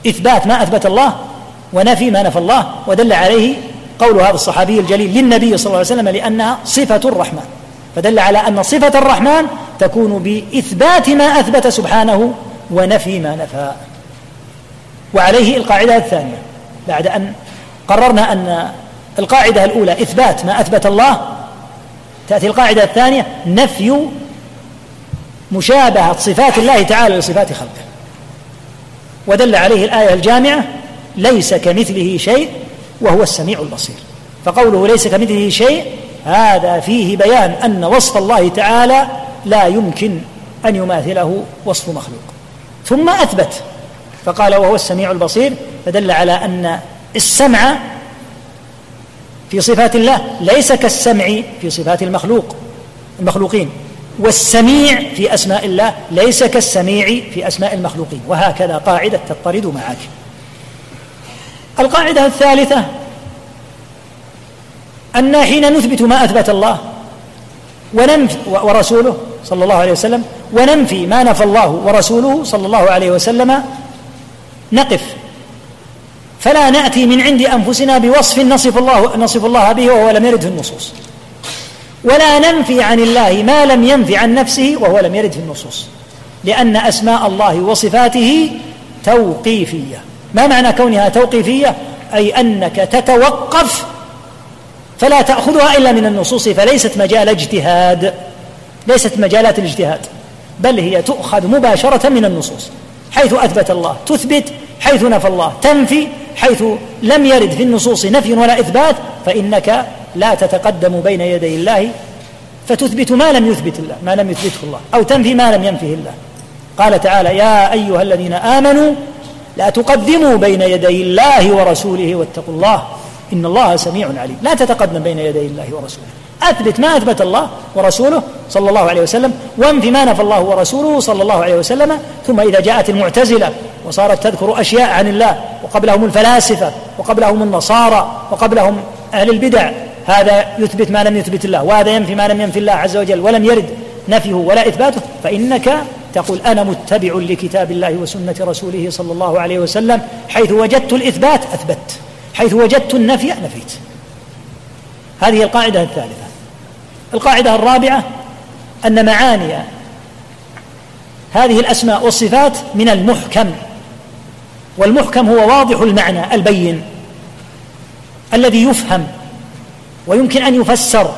Speaker 2: إثبات ما أثبت الله ونفي ما نفى الله، ودل عليه قول هذا الصحابي الجليل للنبي صلى الله عليه وسلم لأنها صفة الرحمن، فدل على أن صفة الرحمن تكون بإثبات ما أثبت سبحانه ونفي ما نفى. وعليه القاعدة الثانية، بعد أن قررنا أن القاعدة الأولى إثبات ما أثبت الله، تأتي القاعدة الثانية نفي مشابهة صفات الله تعالى لصفات خلقه، ودل عليه الآية الجامعة ليس كمثله شيء وهو السميع البصير. فقوله ليس كمثله شيء هذا فيه بيان أن وصف الله تعالى لا يمكن أن يماثله وصف مخلوق. ثم أثبت فقال وهو السميع البصير، فدل على أن السمع في صفات الله ليس كالسمع في صفات المخلوقين، والسميع في أسماء الله ليس كالسميع في أسماء المخلوقين، وهكذا قاعدة تضطرد معك. القاعدة الثالثة أن حين نثبت ما أثبت الله وننفي ورسوله صلى الله عليه وسلم وننفي ما نفى الله ورسوله صلى الله عليه وسلم نقف، فلا نأتي من عند أنفسنا بوصف نصف الله به وهو لم يرد في النصوص، ولا ننفي عن الله ما لم ينفي عن نفسه وهو لم يرد في النصوص، لأن أسماء الله وصفاته توقيفية. ما معنى كونها توقيفية؟ أي أنك تتوقف فلا تأخذها إلا من النصوص، فليست مجال اجتهاد، ليست مجالات الاجتهاد، بل هي تؤخذ مباشرة من النصوص. حيث أثبت الله تثبت، حيث نفى الله تنفي، حيث لم يرد في النصوص نفي ولا إثبات فإنك لا تتقدم بين يدي الله فتثبت ما لم يثبته الله، أو تنفي ما لم ينفه الله. قال تعالى يا أيها الذين آمنوا لا تقدموا بين يدي الله ورسوله واتقوا الله إن الله سميع عليم. لا تتقدم بين يدي الله ورسوله، أثبت ما أثبت الله ورسوله صلى الله عليه وسلم، وانفي ما نفى الله ورسوله صلى الله عليه وسلم. ثم إذا جاءت المعتزلة وصارت تذكر أشياء عن الله، وقبلهم الفلاسفة وقبلهم النصارى وقبلهم أهل البدع، هذا يثبت ما لم يثبت الله وهذا ينفي ما لم ينفي الله عز وجل ولم يرد نفيه ولا إثباته، فإنك تقول أنا متبع لكتاب الله وسنة رسوله صلى الله عليه وسلم، حيث وجدت الإثبات أثبت، حيث وجدت النفي نفيت. هذه القاعدة الثالثة. القاعدة الرابعة أن معاني هذه الأسماء والصفات من المحكم، والمحكم هو واضح المعنى البين الذي يفهم ويمكن أن يفسر.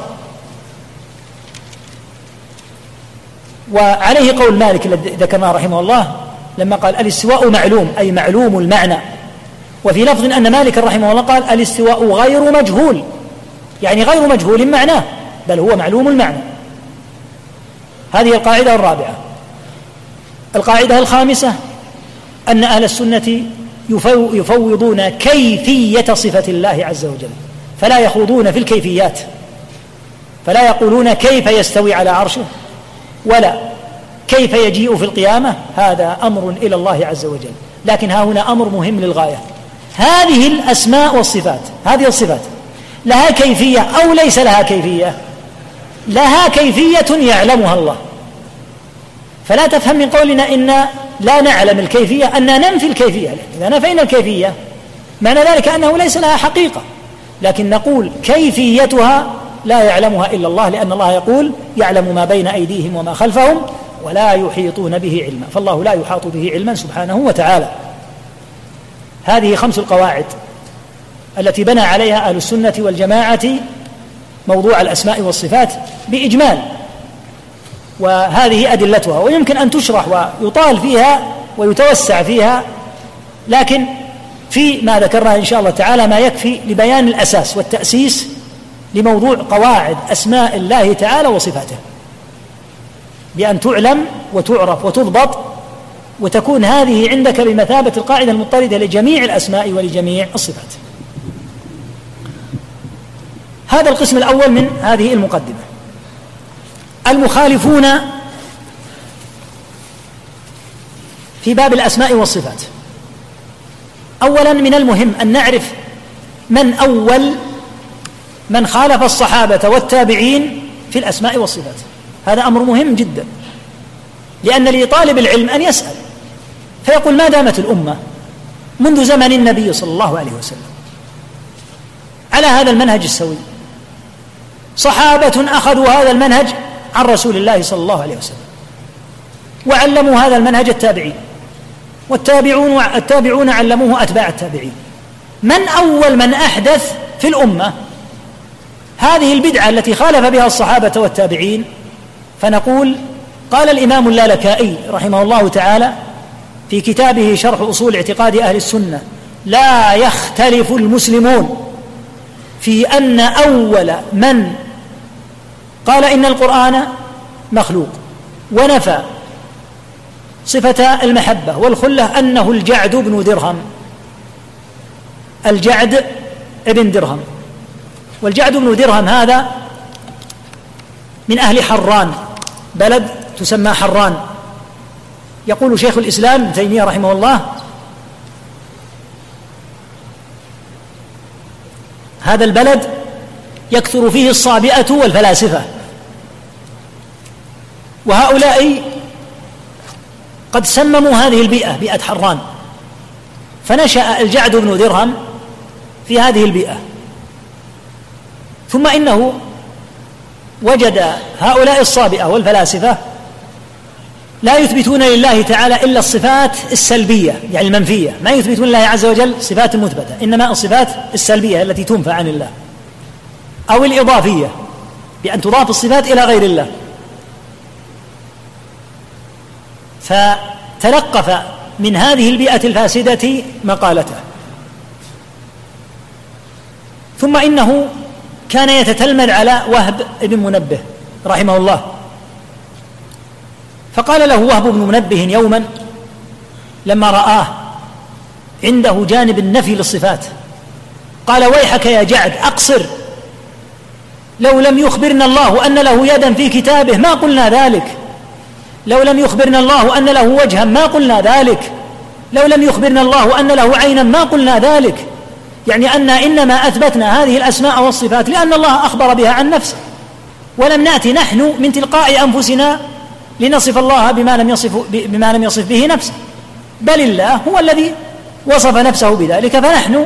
Speaker 2: وعليه قول مالك الذي ذكرناه رحمه الله لما قال الاستواء معلوم، أي معلوم المعنى. وفي لفظ أن مالك رحمه الله قال الاستواء غير مجهول، يعني غير مجهول معناه بل هو معلوم المعنى. هذه القاعدة الرابعة. القاعدة الخامسة أن أهل السنة يفوضون كيفية صفة الله عز وجل، فلا يخوضون في الكيفيات، فلا يقولون كيف يستوي على عرشه ولا كيف يجيء في القيامة، هذا أمر إلى الله عز وجل. لكن ها هنا أمر مهم للغاية، هذه الأسماء والصفات، هذه الصفات لها كيفية أو ليس لها كيفية؟ لها كيفية يعلمها الله، فلا تفهم من قولنا إن لا نعلم الكيفية أن ننفي الكيفية، إذا نفينا الكيفية معنى ذلك أنه ليس لها حقيقة، لكن نقول كيفيتها لا يعلمها إلا الله، لأن الله يقول يعلم ما بين أيديهم وما خلفهم ولا يحيطون به علما، فالله لا يحاط به علما سبحانه وتعالى. هذه 5 القواعد التي بنى عليها أهل السنة والجماعة موضوع الأسماء والصفات بإجمال، وهذه أدلتها، ويمكن أن تشرح ويطال فيها ويتوسع فيها، لكن في ما ذكرناه إن شاء الله تعالى ما يكفي لبيان الأساس والتأسيس لموضوع قواعد أسماء الله تعالى وصفاته، بأن تعلم وتعرف وتضبط، وتكون هذه عندك بمثابة القاعدة المضطردة لجميع الأسماء ولجميع الصفات. هذا القسم الأول من هذه المقدمة. المخالفون في باب الأسماء والصفات. أولا من المهم أن نعرف من أول من خالف الصحابة والتابعين في الأسماء والصفات، هذا أمر مهم جدا، لأن لطالب العلم أن يسأل فيقول ما دامت الأمة منذ زمن النبي صلى الله عليه وسلم على هذا المنهج السوي. صحابة أخذوا هذا المنهج عن رسول الله صلى الله عليه وسلم وعلموا هذا المنهج التابعين، والتابعون علموه أتباع التابعين. من أول من أحدث في الأمة هذه البدعة التي خالف بها الصحابة والتابعين؟ فنقول قال الإمام اللالكائي رحمه الله تعالى في كتابه شرح أصول اعتقاد أهل السنة: لا يختلف المسلمون في أن أول من قال إن القرآن مخلوق ونفى صفة المحبة والخلة أنه الجعد بن درهم. الجعد ابن درهم، والجعد بن درهم هذا من أهل حران، بلد تسمى حران. يقول شيخ الإسلام ابن تيمية رحمه الله: هذا البلد يكثر فيه الصابئة والفلاسفة، وهؤلاء قد سمموا هذه البيئة، بيئة حران، فنشأ الجعد بن درهم في هذه البيئة. ثم إنه وجد هؤلاء الصابئة والفلاسفة لا يثبتون لله تعالى إلا الصفات السلبية، يعني المنفية، ما يثبتون لله عز وجل صفات مثبتة، إنما الصفات السلبية التي تنفى عن الله، أو الإضافية بأن تضاف الصفات إلى غير الله. فتلقف من هذه البيئة الفاسدة مقالته. ثم إنه كان يتتلمذ على وهب بن منبه رحمه الله، فقال له وهب بن منبه يوما لما رآه عنده جانب النفي للصفات، قال: ويحك يا جعد، أقصر، لو لم يخبرنا الله أن له يدا في كتابه ما قلنا ذلك، لو لم يخبرنا الله أن له وجها ما قلنا ذلك، لو لم يخبرنا الله أن له عينا ما قلنا ذلك. يعني أن إنما أثبتنا هذه الأسماء والصفات لأن الله أخبر بها عن نفسه، ولم نأتي نحن من تلقاء أنفسنا لنصف الله بما لم يصف به نفسه، بل الله هو الذي وصف نفسه بذلك، فنحن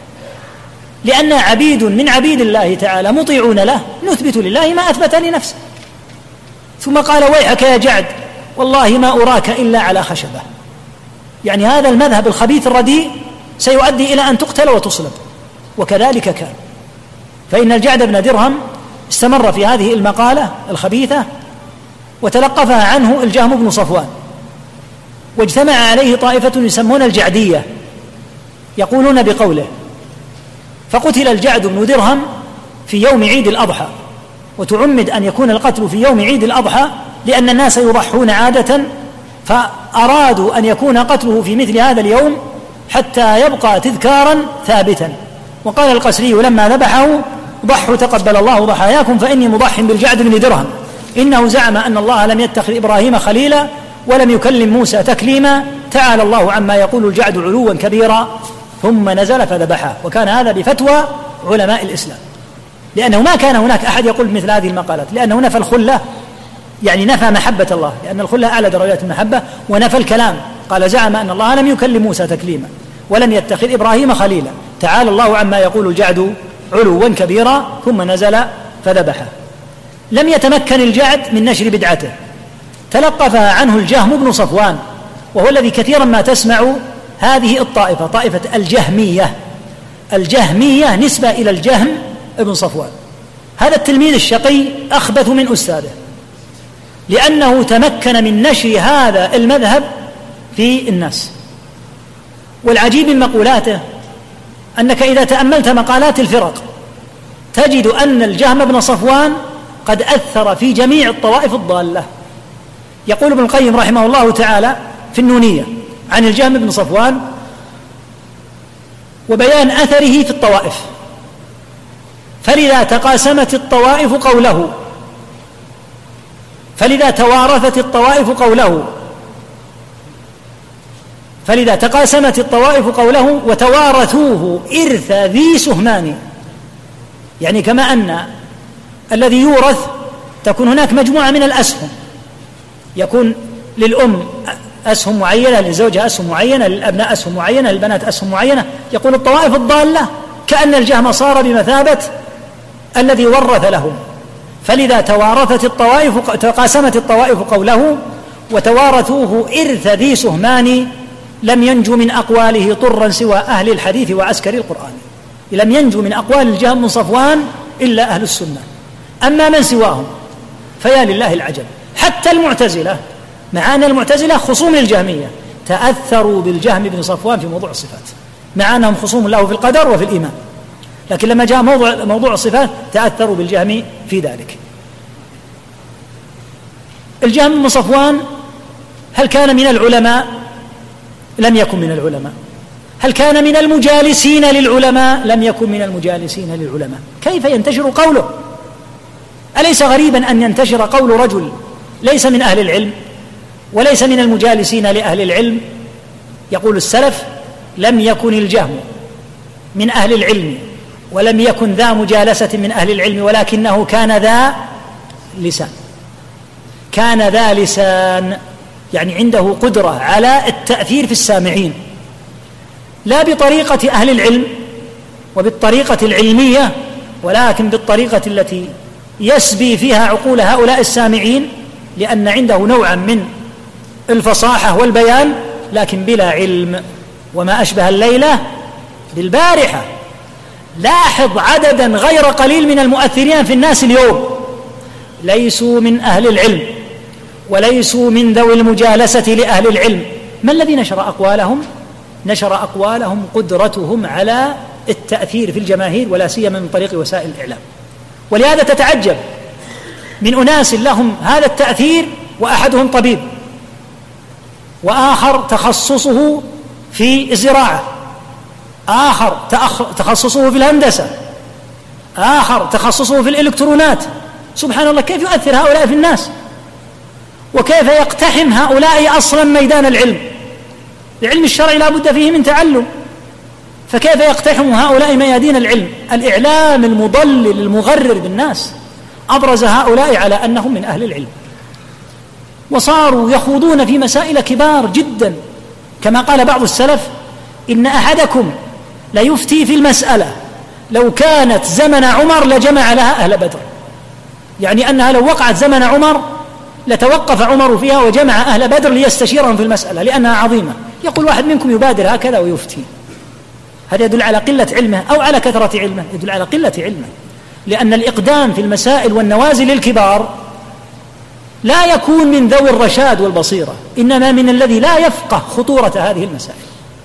Speaker 2: لأن عبيد من عبيد الله تعالى مطيعون له نثبت لله ما أثبت لنفسه. ثم قال: ويحك يا جعد، والله ما أراك إلا على خشبة. يعني هذا المذهب الخبيث الرديء سيؤدي إلى أن تقتل وتصلب، وكذلك كان. فإن الجعد بن درهم استمر في هذه المقالة الخبيثة وتلقفها عنه الجهم بن صفوان، واجتمع عليه طائفة يسمون الجعدية يقولون بقوله، فقتل الجعد بن درهم في يوم عيد الأضحى. وتعمد أن يكون القتل في يوم عيد الأضحى لأن الناس يضحون عادة، فأرادوا أن يكون قتله في مثل هذا اليوم حتى يبقى تذكارا ثابتا. وقال القسري لما ذبحه: ضحوا تقبل الله ضحاياكم فإني مضح بالجعد بن درهم، إنه زعم أن الله لم يتخذ إبراهيم خليلا ولم يكلم موسى تكليما، تعالى الله عما يقول الجعد علوا كبيرا، ثم نزل فذبحه. وكان هذا بفتوى علماء الإسلام، لأنه ما كان هناك أحد يقول مثل هذه المقالات، لأنه نفى الخلة، يعني نفى محبة الله، لأن الخلة أعلى درجات المحبة، ونفى الكلام، قال: زعم أن الله لم يكلم موسى تكليما ولم يتخذ إبراهيم خليلا، تعالى الله عما يقول الجعد علوا كبيرا، ثم نزل فذبحه. لم يتمكن الجعد من نشر بدعته، تلقفها عنه الجهم بن صفوان، وهو الذي كثيرا ما تسمع هذه الطائفة، طائفة الجهمية. الجهمية نسبة إلى الجهم ابن صفوان. هذا التلميذ الشقي أخبث من أستاذه، لأنه تمكن من نشر هذا المذهب في الناس. والعجيب من مقولاته أنك إذا تأملت مقالات الفرق تجد أن الجهم بن صفوان قد أثر في جميع الطوائف الضالة. يقول ابن القيم رحمه الله تعالى في النونية عن الجهم بن صفوان وبيان أثره في الطوائف: فلذا تقاسمت الطوائف قوله، فلذا توارثت الطوائف قوله، فلذا تقاسمت الطوائف قوله وتوارثوه إرث ذي سهمان. يعني كما أن الذي يورث تكون هناك مجموعة من الأسهم، يكون للأم أسهم معينة، لزوجها أسهم معينة، للأبناء أسهم معينة، للبنات أسهم معينة. يقول الطوائف الضالة كأن الجهم صار بمثابة الذي ورث لهم، فلذا تقاسمت الطوائف قوله وتوارثوه إرث ذي سهمان لم ينجو من أقواله طرا سوى أهل الحديث وعسكر القرآن. لم ينجو من أقوال الجهم بن صفوان إلا أهل السنة، أما من سواهم فيا لله العجب. حتى المعتزلة، مع أن المعتزلة خصوم الجهمية، تأثروا بالجهم بن صفوان في موضوع الصفات، مع أنهم خصوم له في القدر وفي الإيمان، لكن لما جاء موضوع الصفات تأثروا بالجهم في ذلك. الجهم بن صفوان هل كان من العلماء؟ لم يكن من العلماء. هل كان من المجالسين للعلماء؟ لم يكن من المجالسين للعلماء. كيف ينتشر قوله؟ أليس غريبا أن ينتشر قول رجل ليس من أهل العلم وليس من المجالسين لأهل العلم؟ يقول السلف: لم يكن الجهم من أهل العلم ولم يكن ذا مجالسة من أهل العلم، ولكنه كان ذا لسان. كان ذا لسان يعني عنده قدرة على التأثير في السامعين، لا بطريقة أهل العلم وبالطريقة العلمية، ولكن بالطريقة التي يسبي فيها عقول هؤلاء السامعين، لأن عنده نوعا من الفصاحة والبيان، لكن بلا علم. وما أشبه الليلة بالبارحة. لاحظ عددا غير قليل من المؤثرين في الناس اليوم ليسوا من أهل العلم وليسوا من ذوي المجالسة لأهل العلم. ما الذي نشر أقوالهم؟ نشر أقوالهم قدرتهم على التأثير في الجماهير، ولا سيما من طريق وسائل الإعلام. ولهذا تتعجب من أناس لهم هذا التأثير، وأحدهم طبيب، وآخر تخصصه في الزراعة، آخر تخصصه في الهندسة، آخر تخصصه في الإلكترونات. سبحان الله، كيف يؤثر هؤلاء في الناس؟ وكيف يقتحم هؤلاء أصلا ميدان العلم؟ العلم الشرعي لا بد فيه من تعلم، فكيف يقتحم هؤلاء ميادين العلم؟ الإعلام المضلل المغرر بالناس أبرز هؤلاء على أنهم من أهل العلم، وصاروا يخوضون في مسائل كبار جدا، كما قال بعض السلف: إن أحدكم ليفتي في المسألة لو كانت زمن عمر لجمع لها أهل بدر. يعني أنها لو وقعت زمن عمر لتوقف عمر فيها وجمع أهل بدر ليستشيرهم في المسألة، لأنها عظيمة. يقول واحد منكم يبادر هكذا ويفتي، هذا يدل على قلة علمه أو على كثرة علمه؟ يدل على قلة علمه، لأن الإقدام في المسائل والنوازل الكبار لا يكون من ذوي الرشاد والبصيرة، إنما من الذي لا يفقه خطورة هذه المسائل،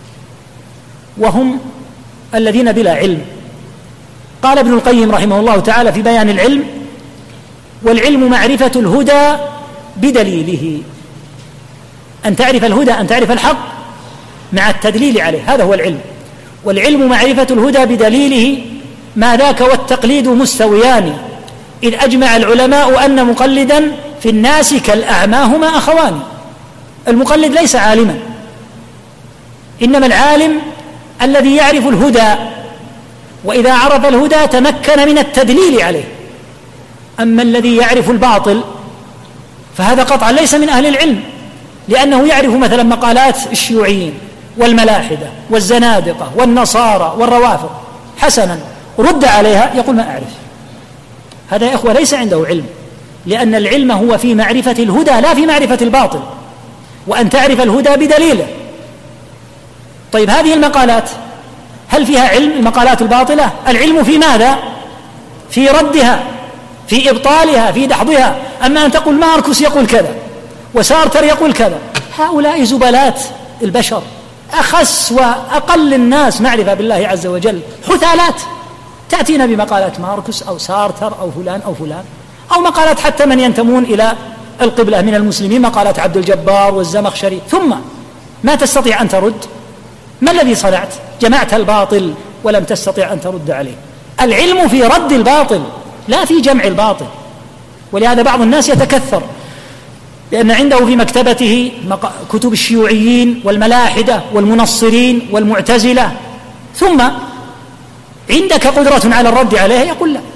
Speaker 2: وهم الذين بلا علم. قال ابن القيم رحمه الله تعالى في بيان العلم: والعلم معرفة الهدى بدليله. أن تعرف الهدى، أن تعرف الحق مع التدليل عليه، هذا هو العلم. والعلم معرفة الهدى بدليله، ما ذاك والتقليد مستويان، إذ أجمع العلماء أن مقلدا في الناس كالأعمى هما أخوان. المقلد ليس عالما، إنما العالم الذي يعرف الهدى، وإذا عرف الهدى تمكن من التدليل عليه. أما الذي يعرف الباطل فهذا قطعا ليس من أهل العلم، لأنه يعرف مثلا مقالات الشيوعيين والملاحدة والزنادقة والنصارى والروافض، حسنا رد عليها يقول ما أعرف. هذا يا إخوة ليس عنده علم، لأن العلم هو في معرفة الهدى لا في معرفة الباطل، وأن تعرف الهدى بدليله. طيب هذه المقالات هل فيها علم؟ المقالات الباطلة العلم في ماذا؟ في ردها، في إبطالها، في دحضها. أما أن تقول ماركوس يقول كذا وسارتر يقول كذا، هؤلاء زبلات البشر، أخس وأقل الناس معرفة بالله عز وجل، حثالات. تأتينا بمقالات ماركوس أو سارتر أو فلان أو فلان، أو مقالات حتى من ينتمون إلى القبلة من المسلمين، مقالات عبد الجبار والزمخشري، ثم ما تستطيع أن ترد. ما الذي صنعت؟ جمعت الباطل ولم تستطيع أن ترد عليه. العلم في رد الباطل لا في جمع الباطل. ولهذا بعض الناس يتكثر، لأن عنده في مكتبته كتب الشيوعيين والملاحدة والمنصرين والمعتزلة، ثم عندك قدرة على الرد عليها يقول لا.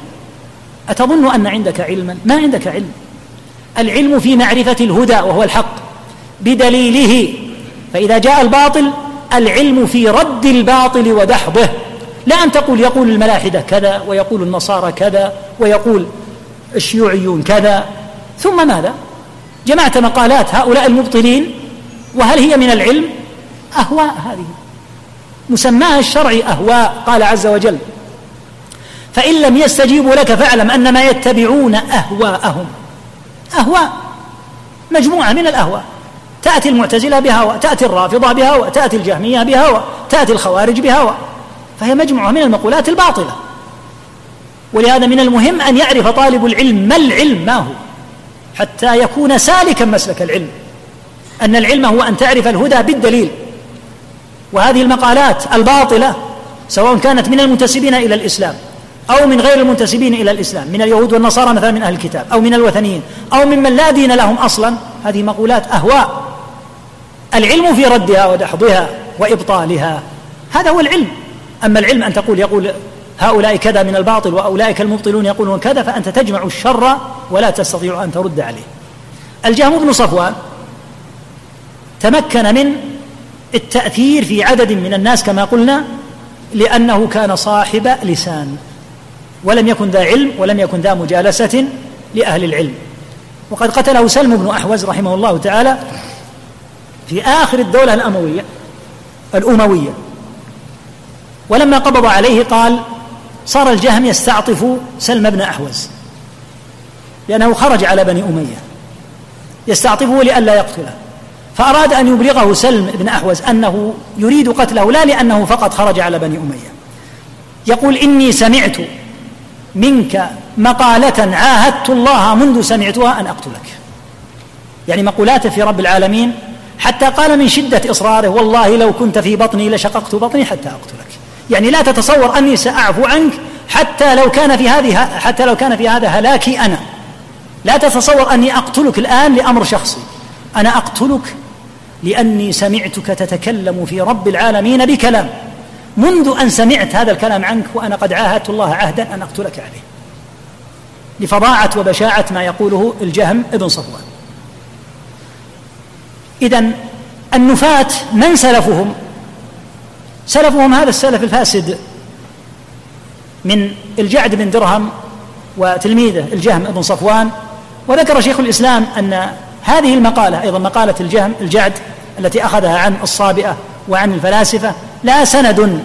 Speaker 2: أتظن أن عندك علما؟ ما عندك علم. العلم في معرفة الهدى وهو الحق بدليله. فإذا جاء الباطل العلم في رد الباطل ودحضه، لا أن تقول يقول الملاحدة كذا ويقول النصارى كذا ويقول الشيوعيون كذا، ثم ماذا؟ جمعت مقالات هؤلاء المبطلين، وهل هي من العلم؟ أهواء، هذه مسماها الشرعي أهواء. قال عز وجل: فإن لم يستجيبوا لك فاعلم أنما يتبعون أهواءهم. أهواء مجموعة من الأهواء، تأتي المعتزلة بهوى، تأتي الرافضة بهوى، تأتي الجهمية بهوى، تأتي الخوارج بهوى، فهي مجموعة من المقولات الباطلة. ولهذا من المهم أن يعرف طالب العلم ما العلم، ما هو، حتى يكون سالكا مسلك العلم. أن العلم هو أن تعرف الهدى بالدليل. وهذه المقالات الباطلة سواء كانت من المنتسبين إلى الإسلام أو من غير المنتسبين إلى الإسلام، من اليهود والنصارى مثلا من أهل الكتاب، أو من الوثنيين، أو ممن لا دين لهم أصلا، هذه مقولات أهواء. العلم في ردها ودحضها وإبطالها، هذا هو العلم. أما العلم أن تقول يقول هؤلاء كذا من الباطل وأولئك المبطلون يقولون كذا، فأنت تجمع الشر ولا تستطيع أن ترد عليه. الجهم بن صفوان تمكن من التأثير في عدد من الناس كما قلنا، لأنه كان صاحب لسان، ولم يكن ذا علم، ولم يكن ذا مجالسة لأهل العلم. وقد قتله سلم بن أحوز رحمه الله تعالى في آخر الدولة الأموية. ولما قبض عليه قال: صار الجهم يستعطف سلم بن أحوز لأنه خرج على بني أمية، يستعطفه لئلا يقتله، فأراد أن يبلغه سلم بن أحوز أنه يريد قتله، لا لأنه فقط خرج على بني أمية. يقول: إني سمعت منك مقالة عاهدت الله منذ سمعتها أن أقتلك. يعني مقولاته في رب العالمين، حتى قال من شدة إصراره: والله لو كنت في بطني لشققت بطني حتى أقتلك. يعني لا تتصور أني سأعفو عنك حتى لو كان في هذا هلاكي أنا. لا تتصور أني أقتلك الآن لأمر شخصي، أنا أقتلك لأني سمعتك تتكلم في رب العالمين بكلام منذ أن سمعت هذا الكلام عنك، وأنا قد عاهدت الله عهدا أن أقتلك عليه، لفظاعة وبشاعة ما يقوله الجهم ابن صفوان. إذن النفاة من سلفهم؟ سلفهم هذا السلف الفاسد من الجعد بن درهم وتلميذه الجهم ابن صفوان. وذكر شيخ الإسلام أن هذه المقالة أيضا مقالة الجعد التي أخذها عن الصابئة وعن الفلاسفة لا سند،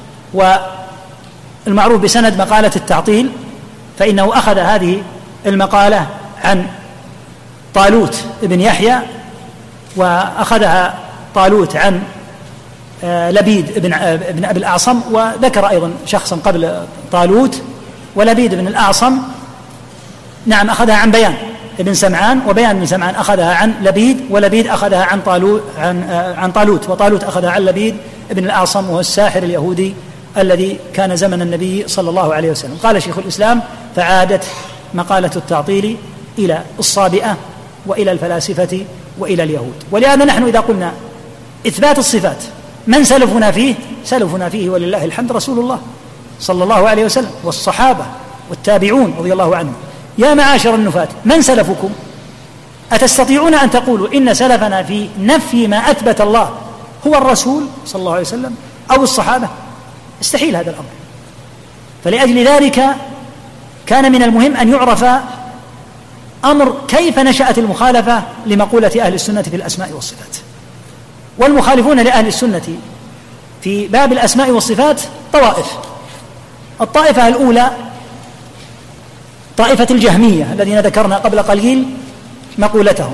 Speaker 2: والمعروف بسند مقالة التعطيل، فإنه أخذ هذه المقالة عن طالوت ابن يحيى، وأخذها طالوت عن لبيد ابن أبي الأعصم، وذكر أيضا شخصا قبل طالوت، ولبيد بن الأعصم نعم أخذها عن بيان ابن سمعان، وبيان بن سمعان أخذها عن لبيد، ولبيد أخذها عن طالوت، وطالوت أخذها عن لبيد ابن الأعصم، وهو الساحر اليهودي الذي كان زمن النبي صلى الله عليه وسلم. قال شيخ الإسلام: فعادت مقالة التعطيل إلى الصابئة وإلى الفلاسفة وإلى اليهود. ولهذا نحن إذا قلنا إثبات الصفات من سلفنا فيه؟ سلفنا فيه ولله الحمد رسول الله صلى الله عليه وسلم والصحابة والتابعون رضي الله عنهم. يا معاشر النفاة، من سلفكم؟ أتستطيعون أن تقولوا إن سلفنا في نفي ما أثبت الله هو الرسول صلى الله عليه وسلم أو الصحابة؟ استحيل هذا الأمر. فلأجل ذلك كان من المهم أن يعرف أمر كيف نشأت المخالفة لمقولة أهل السنة في الأسماء والصفات. والمخالفون لأهل السنة في باب الأسماء والصفات طوائف. الطائفة الأولى طائفة الجهمية الذين ذكرنا قبل قليل مقولتهم،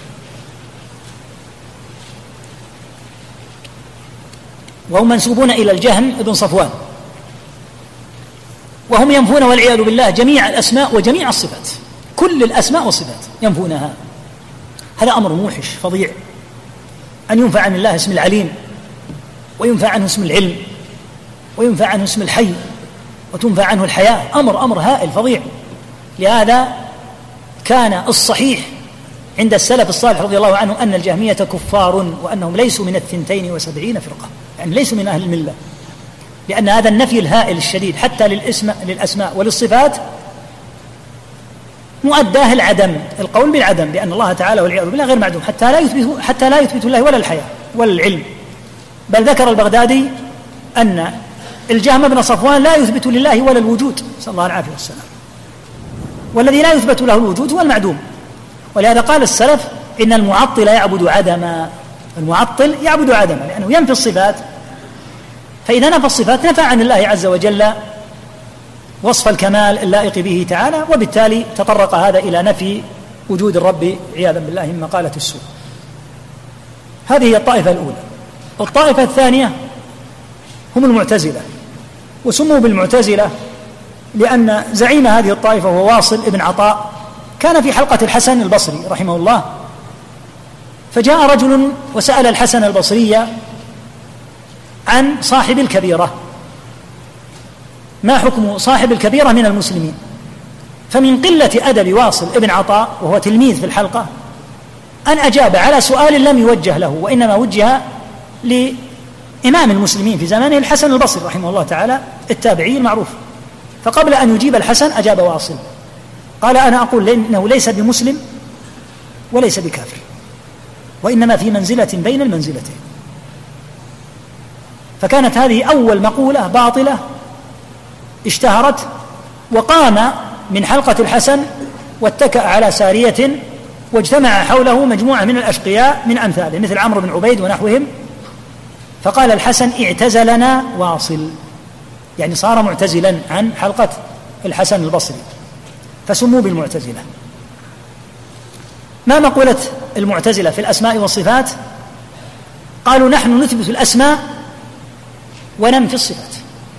Speaker 2: وهم منسوبون إلى الجهم ابن صفوان، وهم ينفون والعياذ بالله جميع الأسماء وجميع الصفات، كل الأسماء والصفات ينفونها. هذا أمر موحش فظيع، أن ينفع عن الله اسم العليم، وينفع عنه اسم العلم، وينفع عنه اسم الحي، وتنفع عنه الحياة. أمر هائل فظيع. لهذا كان الصحيح عند السلف الصالح رضي الله عنه أن الجهمية كفار، وأنهم ليسوا من 72 فرقة، يعني ليسوا من أهل الملة، لأن هذا النفي الهائل الشديد حتى للأسماء وللصفات مؤداه العدم، القول بالعدم، بأن الله تعالى والعياذ بالله غير معدوم حتى لا يثبت الله ولا الحياة ولا العلم. بل ذكر البغدادي أن الجهم بن صفوان لا يثبت لله ولا الوجود، صلى الله عليه وسلم، والذي لا يثبت له الوجود هو المعدوم. ولهذا قال السلف إن المعطل يعبد عدما، المعطل يعبد عدما، لأنه ينفي الصفات، فإذا نفى الصفات نفى عن الله عز وجل وصف الكمال اللائق به تعالى، وبالتالي تطرق هذا إلى نفي وجود الرب عياذا بالله من مقالة السوء. هذه هي الطائفة الأولى. الطائفة الثانية هم المعتزلة، وسموا بالمعتزلة لأن زعيم هذه الطائفة هو واصل ابن عطاء، كان في حلقة الحسن البصري رحمه الله، فجاء رجل وسأل الحسن البصري عن صاحب الكبيرة، ما حكم صاحب الكبيرة من المسلمين؟ فمن قلة أدب واصل ابن عطاء وهو تلميذ في الحلقة أن أجاب على سؤال لم يوجه له، وإنما وجه لإمام المسلمين في زمانه الحسن البصري رحمه الله تعالى التابعي المعروف. فقبل أن يجيب الحسن أجاب واصل، قال: أنا أقول إنه ليس بمسلم وليس بكافر، وإنما في منزلة بين المنزلتين. فكانت هذه أول مقولة باطلة اشتهرت، وقام من حلقة الحسن واتكأ على سارية واجتمع حوله مجموعة من الأشقياء من أمثاله مثل عمرو بن عبيد ونحوهم، فقال الحسن: اعتزلنا واصل، يعني صار معتزلا عن حلقة الحسن البصري، فسموا بالمعتزلة. ما مقولة المعتزلة في الأسماء والصفات؟ قالوا: نحن نثبت الأسماء وننفي الصفات.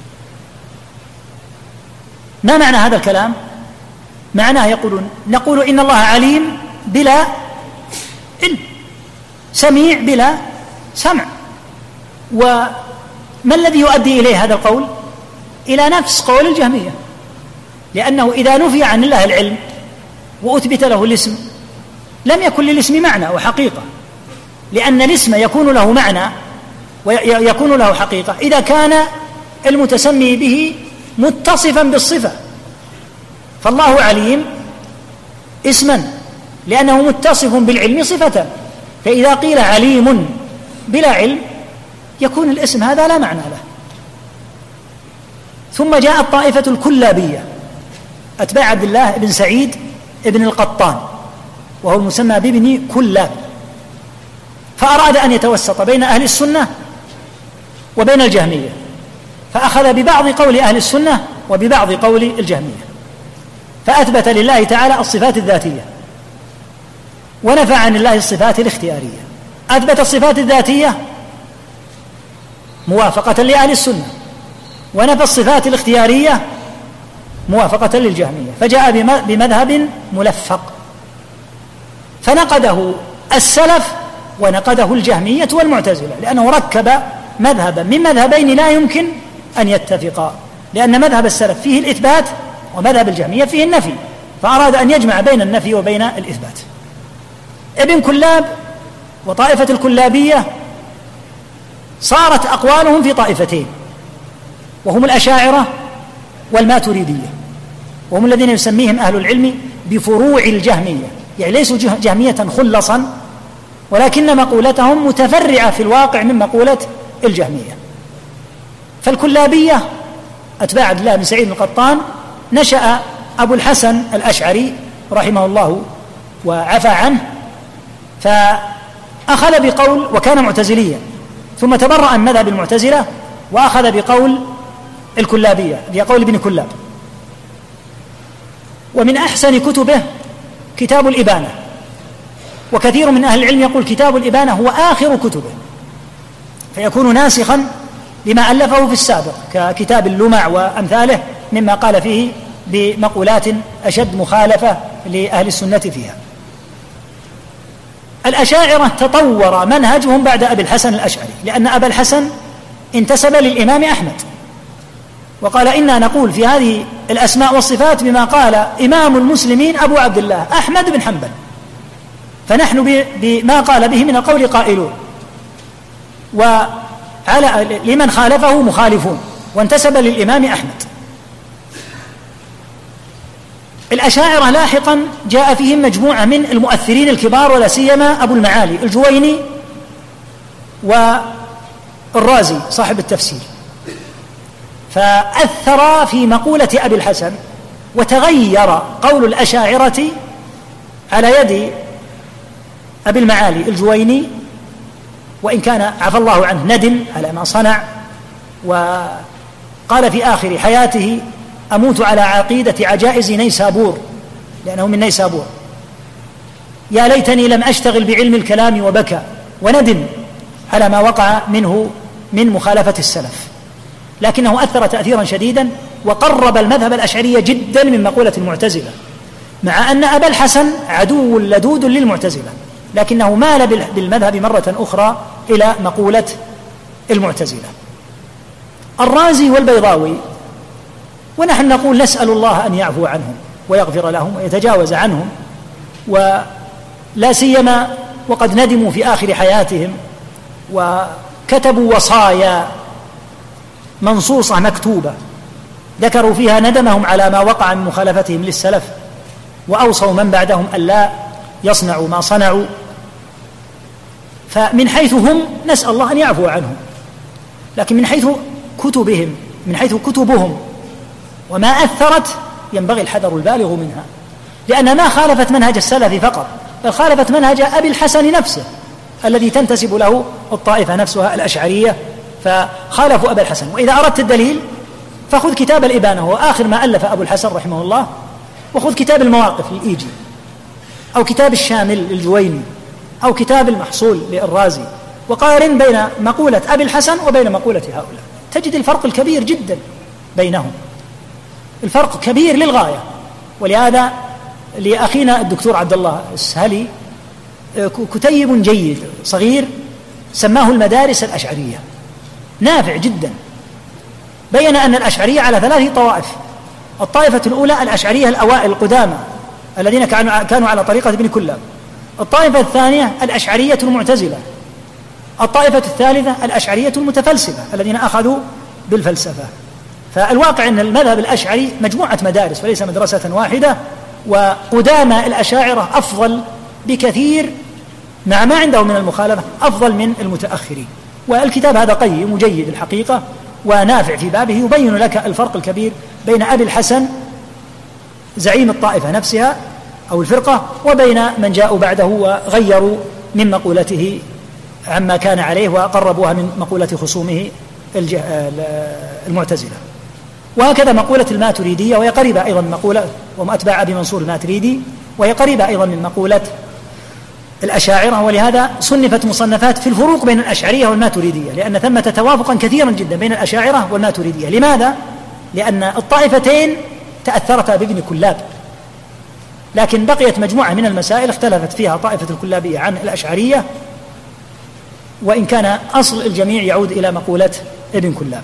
Speaker 2: ما معنى هذا الكلام؟ معناه نقول إن الله عليم بلا علم، سميع بلا سمع. وما الذي يؤدي إليه هذا القول؟ إلى نفس قول الجهمية، لأنه إذا نفي عن الله العلم وأثبت له الاسم لم يكن للاسم معنى وحقيقة، لأن الاسم يكون له معنى ويكون له حقيقة إذا كان المتسمي به متصفا بالصفة. فالله عليم اسما لأنه متصف بالعلم صفة، فإذا قيل عليم بلا علم يكون الاسم هذا لا معنى له. ثم جاءت طائفة الكلابية أتباع عبد الله بن سعيد بن القطان، وهو المسمى بابن كلاب، فأراد أن يتوسط بين أهل السنة وبين الجهمية، فأخذ ببعض قول أهل السنة وببعض قول الجهمية، فأثبت لله تعالى الصفات الذاتية ونفى عن الله الصفات الاختيارية. أثبت الصفات الذاتية موافقة لأهل السنة، ونفى الصفات الاختيارية موافقة للجهمية، فجاء بمذهب ملفق فنقده السلف ونقده الجهمية والمعتزلة، لأنه ركب مذهبا من مذهبين لا يمكن أن يتفقا، لأن مذهب السلف فيه الإثبات ومذهب الجهمية فيه النفي، فأراد أن يجمع بين النفي وبين الإثبات. ابن كلاب وطائفة الكلابية صارت أقوالهم في طائفتين، وهم الأشاعرة والماتريدية، وهم الذين يسميهم أهل العلم بفروع الجهمية، يعني ليسوا جهمية خلصا، ولكن مقولتهم متفرعة في الواقع من مقولة الجهمية. فالكلابية أتباع عبد الله بن سعيد القطان نشأ أبو الحسن الأشعري رحمه الله وعفى عنه، فأخذ بقول، وكان معتزليا ثم تبرأ من مذهب المعتزلة وأخذ بقول الكلابية، بقول ابن كلاب. ومن أحسن كتبه كتاب الإبانة، وكثير من أهل العلم يقول كتاب الإبانة هو آخر كتبه، فيكون ناسخا لما ألفه في السابق ككتاب اللمع وأمثاله مما قال فيه بمقولات أشد مخالفة لأهل السنة فيها. الأشاعرة تطور منهجهم بعد أبي الحسن الأشعري، لأن أبا الحسن انتسب للإمام أحمد وقال: إنا نقول في هذه الأسماء والصفات بما قال إمام المسلمين أبو عبد الله أحمد بن حنبل، فنحن بما قال به من القول قائلون، وعلى لمن خالفه مخالفون، وانتسب للإمام أحمد. الأشاعرة لاحقا جاء فيهم مجموعة من المؤثرين الكبار، ولا سيما أبو المعالي الجويني والرازي صاحب التفسير، فأثر في مقولة أبي الحسن، وتغير قول الأشاعرة على يد أبي المعالي الجويني، وإن كان عفى الله عنه ندم على ما صنع، وقال في آخر حياته: أموت على عقيدة عجائز نيسابور، لأنه من نيسابور، يا ليتني لم أشتغل بعلم الكلام، وبكى وندم على ما وقع منه من مخالفة السلف، لكنه أثر تأثيرا شديدا، وقرب المذهب الأشعري جدا من مقولة المعتزلة، مع أن أبا الحسن عدو لدود للمعتزلة، لكنه مال بالمذهب مرة أخرى إلى مقولة المعتزلة. الرازي والبيضاوي، ونحن نقول نسأل الله أن يعفو عنهم ويغفر لهم ويتجاوز عنهم، ولا سيما وقد ندموا في آخر حياتهم وكتبوا وصايا منصوصة مكتوبة ذكروا فيها ندمهم على ما وقع من مخالفتهم للسلف، وأوصوا من بعدهم ألا يصنعوا ما صنعوا. فمن حيث هم نسأل الله أن يعفو عنهم، لكن من حيث كتبهم وما أثرت ينبغي الحذر البالغ منها، لأن ما خالفت منهج السلف فقط، بل خالفت منهج أبي الحسن نفسه الذي تنتسب له الطائفة نفسها الأشعرية، فخالفوا أبا الحسن. وإذا أردت الدليل فخذ كتاب الإبانة، هو آخر ما ألف أبو الحسن رحمه الله، وخذ كتاب المواقف للإيجي، أو كتاب الشامل للجويني، أو كتاب المحصول للرازي، وقارن بين مقولة أبي الحسن وبين مقولة هؤلاء، تجد الفرق الكبير جدا بينهم، الفرق كبير للغاية. ولهذا لأخينا الدكتور عبد الله السهلي كتيب جيد صغير سماه المدارس الأشعرية، نافع جدا، بين أن الأشعرية على 3 طوائف. الطائفة الأولى الأشعرية الأوائل القدامى الذين كانوا على طريقة ابن كلاب. الطائفة الثانية الأشعرية المعتزلة. الطائفة الثالثة الأشعرية المتفلسفة الذين أخذوا بالفلسفة. فالواقع أن المذهب الأشعري مجموعة مدارس وليس مدرسة واحدة، وقدامى الأشاعرة أفضل بكثير مع ما عنده من المخالفة، أفضل من المتأخرين. والكتاب هذا قيم وجيد الحقيقة ونافع في بابه، يبين لك الفرق الكبير بين أبي الحسن زعيم الطائفة نفسها أو الفرقة، وبين من جاءوا بعده وغيروا من مقولته عما كان عليه وقربوها من مقولة خصومه المعتزلة. وهكذا مقولة الماتريدية، وهي قريبة أيضا من مقولة وأتباع أبي منصور الماتريدي، وهي قريبة أيضا من مقولة الأشاعرة. ولهذا صنفت مصنفات في الفروق بين الأشعرية والماتريدية، لأن ثمة توافقا كثيرا جدا بين الأشاعرة والماتريدية. لماذا؟ لأن الطائفتين تأثرتا بابن كلاب، لكن بقيت مجموعة من المسائل اختلفت فيها طائفة الكلابية عن الأشعرية، وإن كان أصل الجميع يعود إلى مقولة ابن كلاب.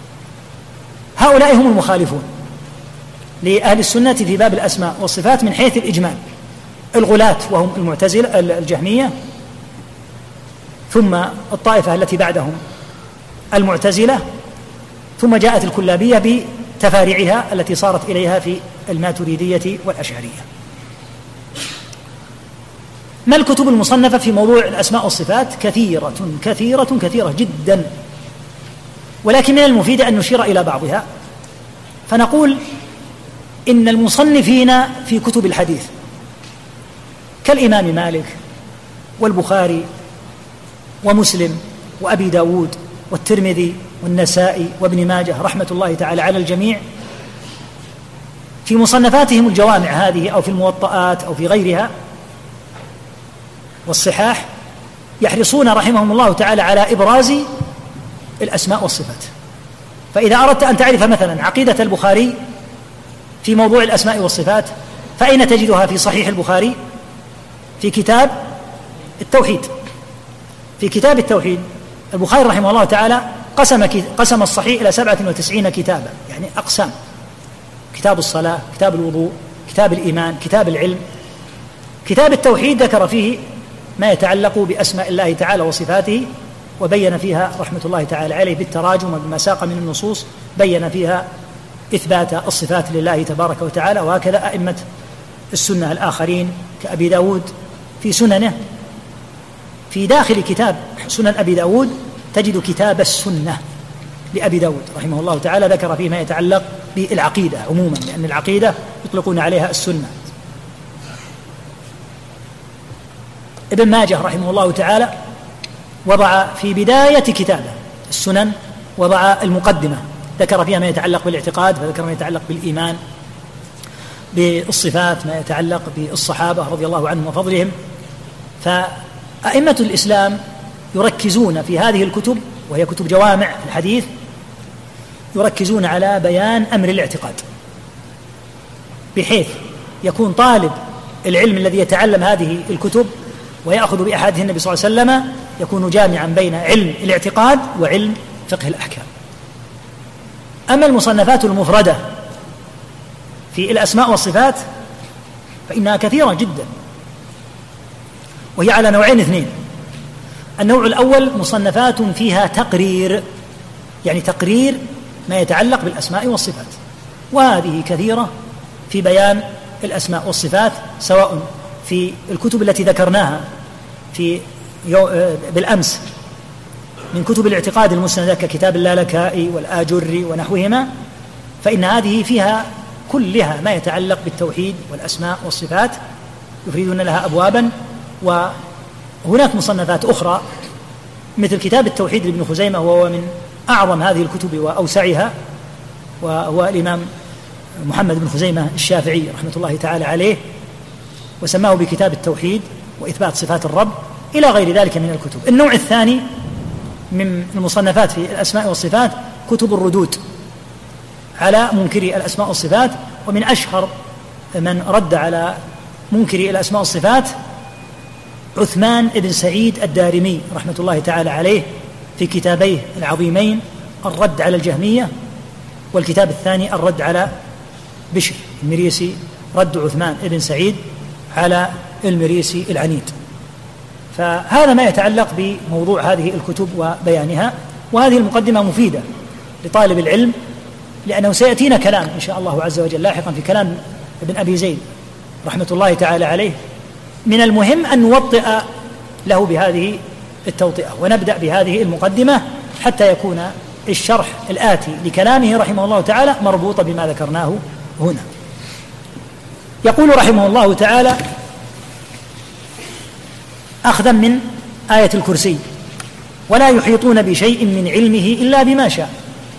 Speaker 2: هؤلاء هم المخالفون لأهل السنة في باب الأسماء والصفات من حيث الإجمال: الغلاة وهم المعتزلة الجهمية، ثم الطائفة التي بعدهم المعتزلة، ثم جاءت الكلابية بتفاريعها التي صارت إليها في الماتريدية والأشعرية. ما الكتب المصنفة في موضوع الأسماء والصفات؟ كثيرة كثيرة كثيرة جدا، ولكن من المفيد أن نشير إلى بعضها. فنقول إن المصنفين في كتب الحديث كالإمام مالك والبخاري ومسلم وأبي داود والترمذي والنسائي وابن ماجه رحمة الله تعالى على الجميع، في مصنفاتهم الجوامع هذه أو في الموطئات أو في غيرها والصحاح يحرصون رحمهم الله تعالى على إبراز الأسماء والصفات. فإذا أردت أن تعرف مثلا عقيدة البخاري في موضوع الأسماء والصفات، فأين تجدها؟ في صحيح البخاري في كتاب التوحيد. في كتاب التوحيد البخاري رحمه الله تعالى قسم الصحيح إلى 97 كتابا، يعني أقسام: كتاب الصلاة، كتاب الوضوء، كتاب الإيمان، كتاب العلم. كتاب التوحيد ذكر فيه ما يتعلق بأسماء الله تعالى وصفاته، وبين فيها رحمة الله تعالى عليه بالتراجم وبما ساق من النصوص، بين فيها إثبات الصفات لله تبارك وتعالى. وهكذا أئمة السنة الآخرين كأبي داود في سننه، في داخل كتاب سنن أبي داود تجد كتاب السنة لأبي داود رحمه الله تعالى، ذكر فيه ما يتعلق بالعقيدة عموما، لأن العقيدة يطلقون عليها السنة. ابن ماجه رحمه الله تعالى وضع في بداية كتابه السنن وضع المقدمة، ذكر فيها ما يتعلق بالاعتقاد، فذكر ما يتعلق بالإيمان، بالصفات، ما يتعلق بالصحابة رضي الله عنهم وفضلهم. فأئمة الإسلام يركزون في هذه الكتب، وهي كتب جوامع الحديث، يركزون على بيان أمر الاعتقاد، بحيث يكون طالب العلم الذي يتعلم هذه الكتب ويأخذ بأحاديث النبي صلى الله عليه وسلم يكون جامعا بين علم الاعتقاد وعلم فقه الأحكام. أما المصنفات المفردة في الأسماء والصفات فإنها كثيرة جدا، وهي على نوعين اثنين. النوع الأول مصنفات فيها تقرير، يعني تقرير ما يتعلق بالأسماء والصفات، وهذه كثيرة في بيان الأسماء والصفات، سواء في الكتب التي ذكرناها بالأمس من كتب الاعتقاد المسندة ككتاب اللالكائي والآجري ونحوهما، فإن هذه فيها كلها ما يتعلق بالتوحيد والأسماء والصفات، يفردون لها أبوابا. وهناك مصنفات أخرى مثل كتاب التوحيد لابن خزيمة، وهو من أعظم هذه الكتب وأوسعها، وهو الإمام محمد بن خزيمة الشافعي رحمة الله تعالى عليه، وسماه بكتاب التوحيد وإثبات صفات الرب، إلى غير ذلك من الكتب. النوع الثاني من المصنفات في الأسماء والصفات كتب الردود على منكري الأسماء والصفات، ومن أشهر من رد على منكري الأسماء والصفات عثمان بن سعيد الدارمي رحمة الله تعالى عليه في كتابيه العظيمين الرد على الجهمية، والكتاب الثاني الرد على بشر المريسي، رد عثمان بن سعيد على المريسي العنيد. فهذا ما يتعلق بموضوع هذه الكتب وبيانها. وهذه المقدمة مفيدة لطالب العلم، لأنه سيأتينا كلام إن شاء الله عز وجل لاحقا في كلام ابن أبي زيد رحمة الله تعالى عليه، من المهم أن نوطئ له بهذه التوطئة، ونبدأ بهذه المقدمة حتى يكون الشرح الآتي لكلامه رحمه الله تعالى مربوطا بما ذكرناه هنا. يقول رحمه الله تعالى أخذا من آية الكرسي: ولا يحيطون بشيء من علمه إلا بما شاء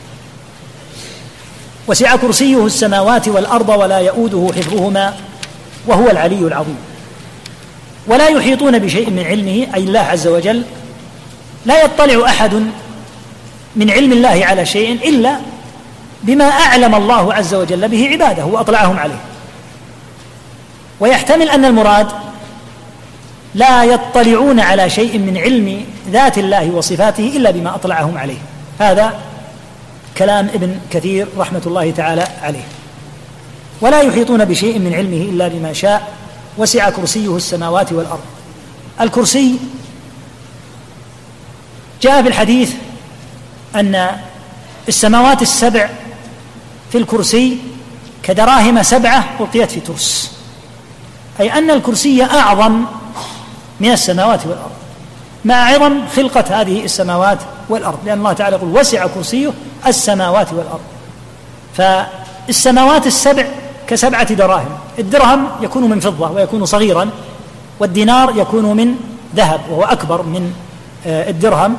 Speaker 2: وسع كرسيه السماوات والأرض ولا يؤوده حفظهما وهو العلي العظيم. ولا يحيطون بشيء من علمه، أي الله عز وجل لا يطلع أحد من علم الله على شيء إلا بما أعلم الله عز وجل به عباده وأطلعهم عليه. ويحتمل أن المراد لا يطلعون على شيء من علم ذات الله وصفاته إلا بما أطلعهم عليه. هذا كلام ابن كثير رحمة الله تعالى عليه. ولا يحيطون بشيء من علمه إلا بما شاء وسع كرسيه السماوات والأرض. الكرسي جاء في الحديث أن السماوات السبع في الكرسي كدراهم 7 ألقيت في ترس، أي أن الكرسي أعظم من السماوات والأرض، مع عظم خلقة هذه السماوات والأرض، لأن الله تعالى يقول وسع كرسيه السماوات والأرض. فالسماوات السبع ك7 دراهم، الدرهم يكون من فضة ويكون صغيرا، والدينار يكون من ذهب وهو أكبر من الدرهم.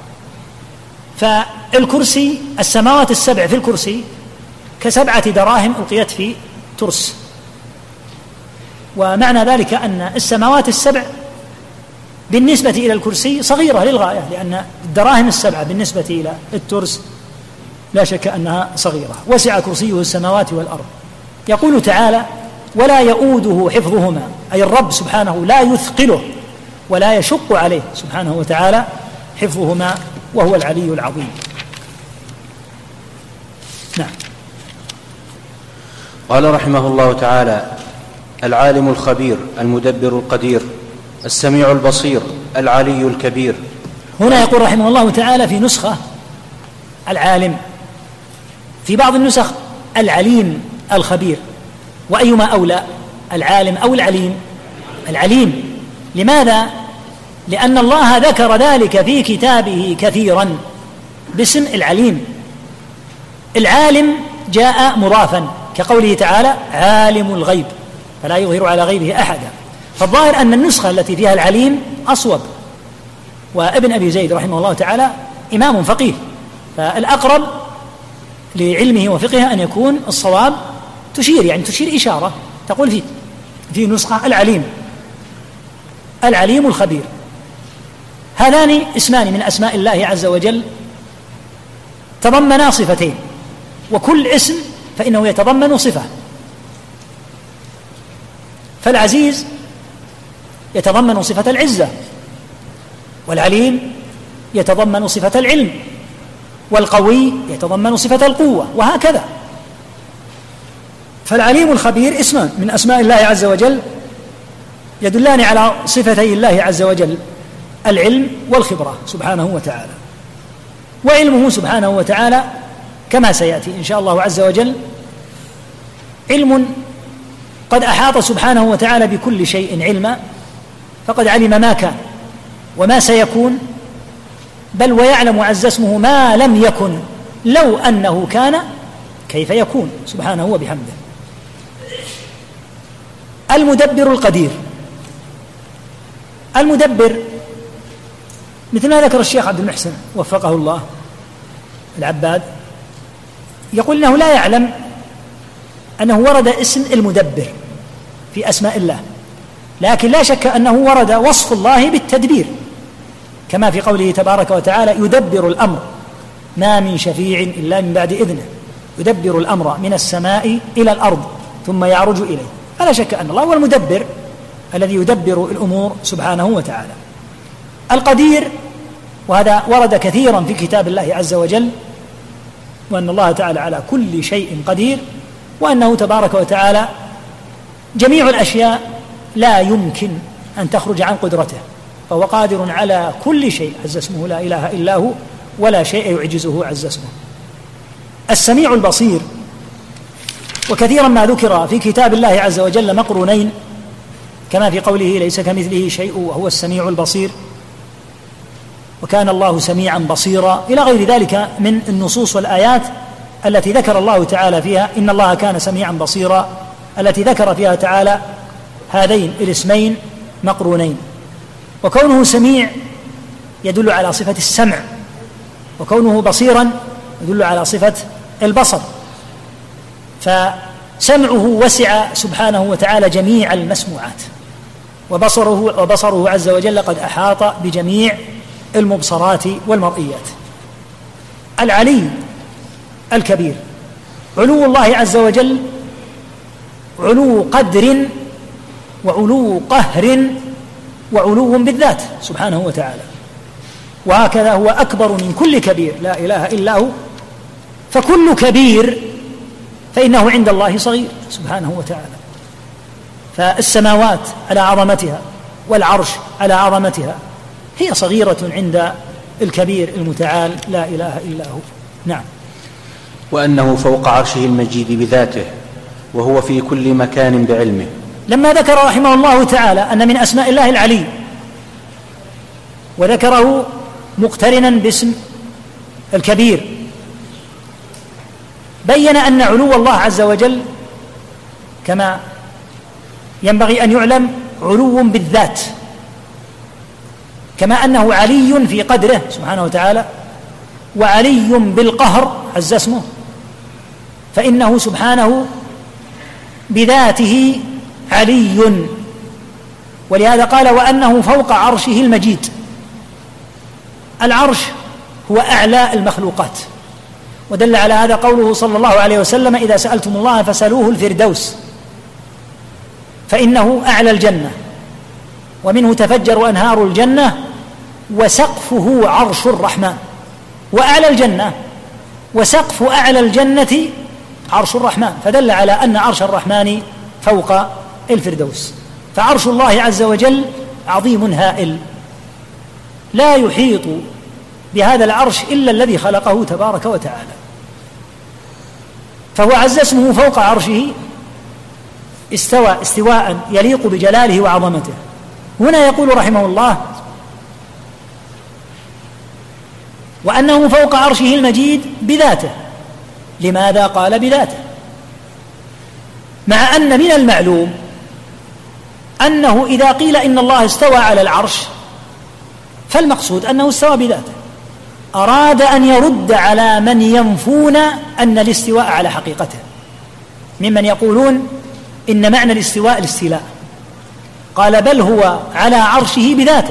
Speaker 2: فالكرسي السماوات السبع في الكرسي ك7 دراهم ألقيت في ترس. ومعنى ذلك أن السماوات السبع بالنسبة إلى الكرسي صغيرة للغاية، لأن الدراهم السبعة بالنسبة إلى الترس لا شك أنها صغيرة. وسع كرسيه السماوات والأرض. يقول تعالى: ولا يؤوده حفظهما، أي الرب سبحانه لا يثقله ولا يشق عليه سبحانه وتعالى حفظهما وهو العلي العظيم. نعم.
Speaker 1: قال رحمه الله تعالى: العالم الخبير المدبر القدير السميع البصير العلي الكبير.
Speaker 2: هنا يقول رحمه الله تعالى في نسخة العالم، في بعض النسخ العليم الخبير. وأيما أولى، العالم أو العليم؟ العليم. لماذا؟ لأن الله ذكر ذلك في كتابه كثيرا باسم العليم. العالم جاء مضافا كقوله تعالى عالم الغيب فلا يظهر على غيبه أحدا، فالظاهر أن النسخة التي فيها العليم أصوب، وابن أبي زيد رحمه الله تعالى إمام فقيه، فالأقرب لعلمه وفقهه أن يكون الصواب تشير، يعني تشير إشارة تقول في نسخة العليم، العليم الخبير. هذان اسمان من أسماء الله عز وجل تضمنا صفتين، وكل اسم فإنه يتضمن صفة. فالعزيز يتضمن صفة العزة، والعليم يتضمن صفة العلم، والقوي يتضمن صفة القوة، وهكذا. فالعليم الخبير اسمان من أسماء الله عز وجل يدلان على صفتي الله عز وجل العلم والخبرة سبحانه وتعالى. وعلمه سبحانه وتعالى كما سيأتي إن شاء الله عز وجل علم قد أحاط سبحانه وتعالى بكل شيء علما، فقد علم ما كان وما سيكون، بل ويعلم عز اسمه ما لم يكن لو أنه كان كيف يكون سبحانه وبحمده. المدبر القدير. المدبر مثل ما ذكر الشيخ عبد المحسن وفقه الله العباد، يقول إنه لا يعلم أنه ورد اسم المدبر في أسماء الله، لكن لا شك أنه ورد وصف الله بالتدبير، كما في قوله تبارك وتعالى يدبر الأمر ما من شفيع إلا من بعد إذنه، يدبر الأمر من السماء إلى الأرض ثم يعرج إليه. فلا شك أن الله هو المدبر الذي يدبر الأمور سبحانه وتعالى. القدير، وهذا ورد كثيرا في كتاب الله عز وجل، وأن الله تعالى على كل شيء قدير، وأنه تبارك وتعالى جميع الأشياء لا يمكن أن تخرج عن قدرته، فهو قادر على كل شيء عز اسمه لا إله إلا هو، ولا شيء يعجزه عز اسمه. السميع البصير، وكثيرا ما ذكر في كتاب الله عز وجل مقرونين، كما في قوله ليس كمثله شيء وهو السميع البصير، وكان الله سميعا بصيرا، إلى غير ذلك من النصوص والآيات التي ذكر الله تعالى فيها إن الله كان سميعا بصيرا، التي ذكر فيها تعالى هذين الاسمين مقرونين. وكونه سميع يدل على صفة السمع، وكونه بصيرا يدل على صفة البصر، فسمعه وسع سبحانه وتعالى جميع المسموعات، وبصره عز وجل قد أحاط بجميع المبصرات والمرئيات. العلي الكبير، علو الله عز وجل علو قدر وعلو قهر وعلو بالذات سبحانه وتعالى، وهكذا هو أكبر من كل كبير لا إله إلا هو، فكل كبير فإنه عند الله صغير سبحانه وتعالى. فالسماوات على عظمتها والعرش على عظمتها هي صغيرة عند الكبير المتعال لا إله إلا هو. نعم.
Speaker 1: وأنه فوق عرشه المجيد بذاته، وهو في كل مكان بعلمه.
Speaker 2: لما ذكر رحمه الله تعالى أن من أسماء الله العلي، وذكره مقترنا باسم الكبير، بين أن علو الله عز وجل كما ينبغي أن يعلم علو بالذات، كما أنه علي في قدره سبحانه وتعالى، وعلي بالقهر عز اسمه، فإنه سبحانه بذاته علي، ولهذا قال وأنه فوق عرشه المجيد. العرش هو أعلى المخلوقات، ودل على هذا قوله صلى الله عليه وسلم إذا سألتم الله فسألوه الفردوس، فإنه أعلى الجنة، ومنه تفجر أنهار الجنة، وسقفه عرش الرحمن. وأعلى الجنة وسقف أعلى الجنة عرش الرحمن، فدل على أن عرش الرحمن فوق الفردوس. فعرش الله عز وجل عظيم هائل، لا يحيط بهذا العرش إلا الذي خلقه تبارك وتعالى. فهو عز اسمه فوق عرشه استوى استواء يليق بجلاله وعظمته. هنا يقول رحمه الله: وأنه فوق عرشه المجيد بذاته. لماذا قال بذاته؟ مع أن من المعلوم أنه إذا قيل إن الله استوى على العرش فالمقصود أنه استوى بذاته. أراد أن يرد على من ينفون أن الاستواء على حقيقته، ممن يقولون إن معنى الاستواء الاستيلاء. قال: بل هو على عرشه بذاته.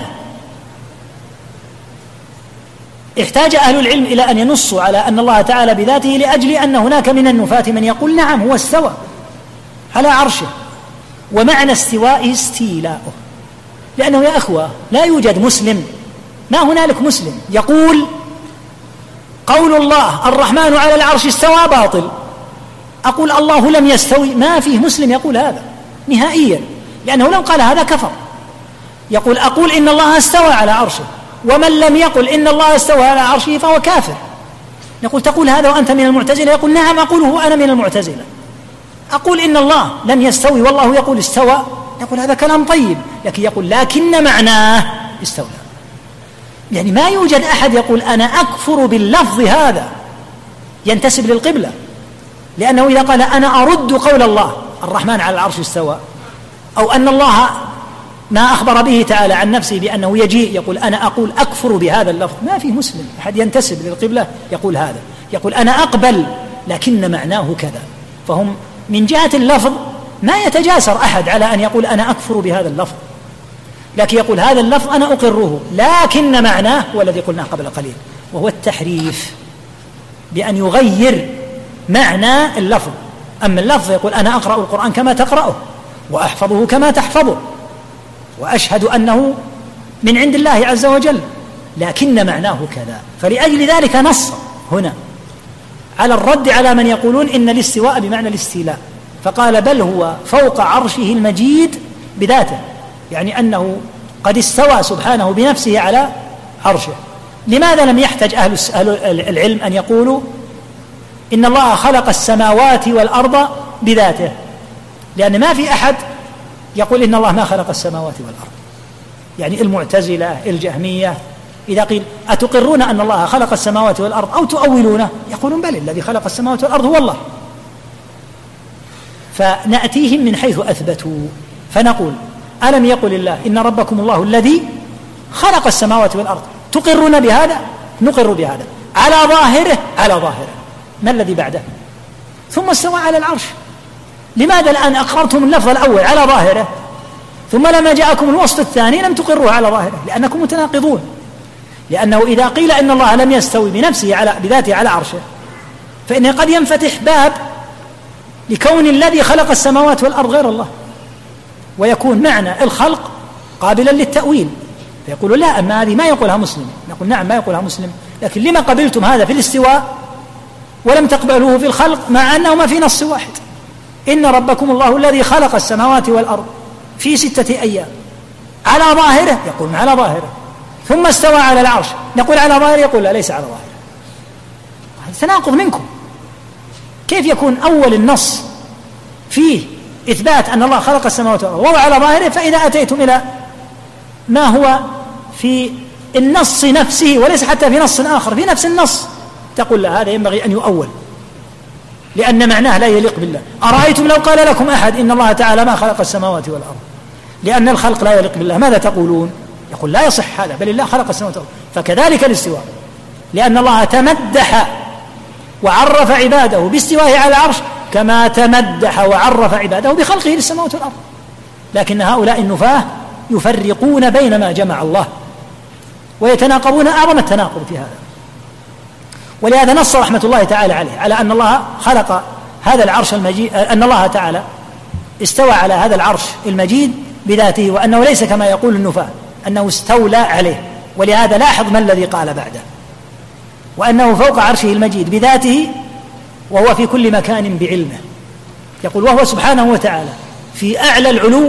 Speaker 2: احتاج أهل العلم إلى أن ينصوا على أن الله تعالى بذاته، لأجل أن هناك من النفاة من يقول: نعم، هو استوى على عرشه، ومعنى استوائه استيلاؤه. لأنه يا أخوة لا يوجد مسلم، ما هنالك مسلم يقول قول الله الرحمن على العرش استوى باطل، أقول الله لم يستوي، ما فيه مسلم يقول هذا نهائيا، لأنه لو قال هذا كفر. يقول أقول إن الله استوى على عرشه، ومن لم يقل إن الله استوى على عرشه فهو كافر. نقول: تقول هذا وأنت من المعتزلة؟ يقول: نعم أقوله أنا من المعتزلة، أقول إن الله لم يستوي والله يقول استوى. يقول هذا كلام طيب، لكن يقول لكن معناه استولى. يعني ما يوجد أحد يقول أنا أكفر باللفظ هذا ينتسب للقبلة، لأنه إذا قال أنا أرد قول الله الرحمن على العرش استوى، أو أن الله ما أخبر به تعالى عن نفسه بأنه يجيء، يقول أنا أقول أكفر بهذا اللفظ، ما في مسلم أحد ينتسب للقبلة يقول هذا. يقول أنا أقبل لكن معناه كذا. فهم من جهة اللفظ ما يتجاسر أحد على أن يقول أنا أكفر بهذا اللفظ، لكن يقول هذا اللفظ أنا أقره، لكن معناه هو الذي قلناه قبل قليل، وهو التحريف، بأن يغير معنى اللفظ. أما اللفظ يقول أنا أقرأ القرآن كما تقرأه، وأحفظه كما تحفظه، وأشهد أنه من عند الله عز وجل، لكن معناه كذا. فلأجل ذلك نص هنا على الرد على من يقولون إن الاستواء بمعنى الاستيلاء، فقال: بل هو فوق عرشه المجيد بذاته، يعني أنه قد استوى سبحانه بنفسه على عرشه. لماذا لم يحتج أهل العلم أن يقولوا إن الله خلق السماوات والأرض بذاته؟ لأن ما في أحد يقول إن الله ما خلق السماوات والأرض. يعني المعتزلة الجهمية إذا قيل أتقرون أن الله خلق السماوات والأرض أو تؤولونه، يقولون بل الذي خلق السماوات والأرض هو الله. فنأتيهم من حيث أثبتوا فنقول: ألم يقل الله إن ربكم الله الذي خلق السماوات والأرض؟ تقرون بهذا؟ نقر بهذا على ظاهره، على ظاهره. ما الذي بعده؟ ثم استوى على العرش. لماذا الآن أقررتم اللفظ الأول على ظاهره، ثم لما جاءكم الوصف الثاني لم تقروه على ظاهره؟ لأنكم متناقضون. لأنه إذا قيل إن الله لم يستوي بنفسه بذاته على عرشه، فإنه قد ينفتح باب لكون الذي خلق السماوات والأرض غير الله، ويكون معنى الخلق قابلا للتأويل، فيقول لا، أما هذه ما يقولها مسلم. نقول نعم ما يقولها مسلم، لكن لما قبلتم هذا في الاستواء ولم تقبلوه في الخلق، مع أنهما في نص واحد؟ إن ربكم الله الذي خلق السماوات والأرض في 6 أيام على ظاهره، يقول على ظاهره، ثم استوى على العرش، نقول على ظاهره، يقول لا ليس على ظاهره. هذا تناقض منكم. كيف يكون أول النص فيه إثبات أن الله خلق السماوات والأرض وهو على ظاهره، فإذا أتيتم إلى ما هو في النص نفسه وليس حتى في نص آخر في نفس النص، تقول لا، هذا ينبغي أن يؤول لأن معناه لا يليق بالله. أرأيتم لو قال لكم أحد إن الله تعالى ما خلق السماوات والأرض لأن الخلق لا يليق بالله، ماذا تقولون؟ يقول لا يصح هذا، بل الله خلق السماوات والأرض. فكذلك الاستواء، لأن الله تمدح وعرف عباده باستوائه على العرش كما تمدح وعرف عباده بخلقه للسماوات والأرض. لكن هؤلاء النفاة يفرقون بين ما جمع الله ويتناقضون أعظم التناقض في هذا. ولهذا نص رحمة الله تعالى عليه على أن الله خلق هذا العرش المجيد، أن الله تعالى استوى على هذا العرش المجيد بذاته، وأنه ليس كما يقول النفاة أنه استولى عليه. ولهذا لاحظ ما الذي قال بعده: وأنه فوق عرشه المجيد بذاته وهو في كل مكان بعلمه. يقول وهو سبحانه وتعالى في أعلى العلو،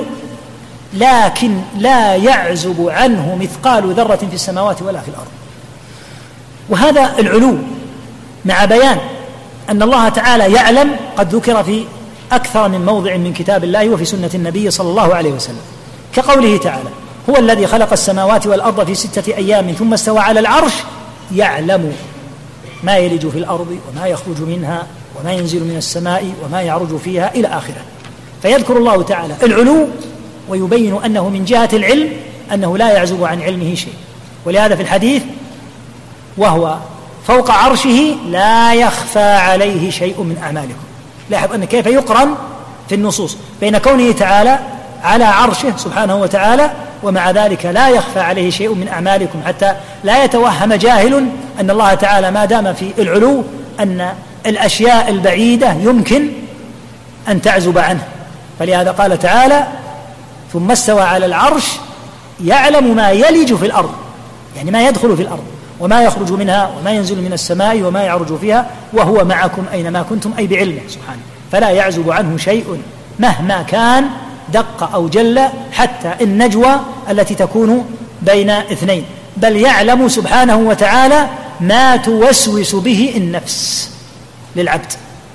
Speaker 2: لكن لا يعزب عنه مثقال ذرة في السماوات ولا في الأرض. وهذا العلو مع بيان أن الله تعالى يعلم قد ذكر في أكثر من موضع من كتاب الله وفي سنة النبي صلى الله عليه وسلم، كقوله تعالى: هو الذي خلق السماوات والأرض في 6 أيام ثم استوى على العرش يعلم ما يلج في الأرض وما يخرج منها وما ينزل من السماء وما يعرج فيها إلى آخره. فيذكر الله تعالى العلو ويبين أنه من جهة العلم أنه لا يعزب عن علمه شيء. ولهذا في الحديث: وهو فوق عرشه لا يخفى عليه شيء من أعمالكم. لاحظ أن كيف يقرن في النصوص بين كونه تعالى على عرشه سبحانه وتعالى ومع ذلك لا يخفى عليه شيء من أعمالكم، حتى لا يتوهم جاهل أن الله تعالى ما دام في العلو أن الأشياء البعيدة يمكن أن تعزب عنه. فلهذا قال تعالى: ثم استوى على العرش يعلم ما يلج في الأرض، يعني ما يدخل في الأرض وما يخرج منها وما ينزل من السماء وما يعرج فيها وهو معكم أينما كنتم، أي بعلمه سبحانه، فلا يعزب عنه شيء مهما كان دق أو جل، حتى النجوى التي تكون بين اثنين، بل يعلم سبحانه وتعالى ما توسوس به النفس للعبد،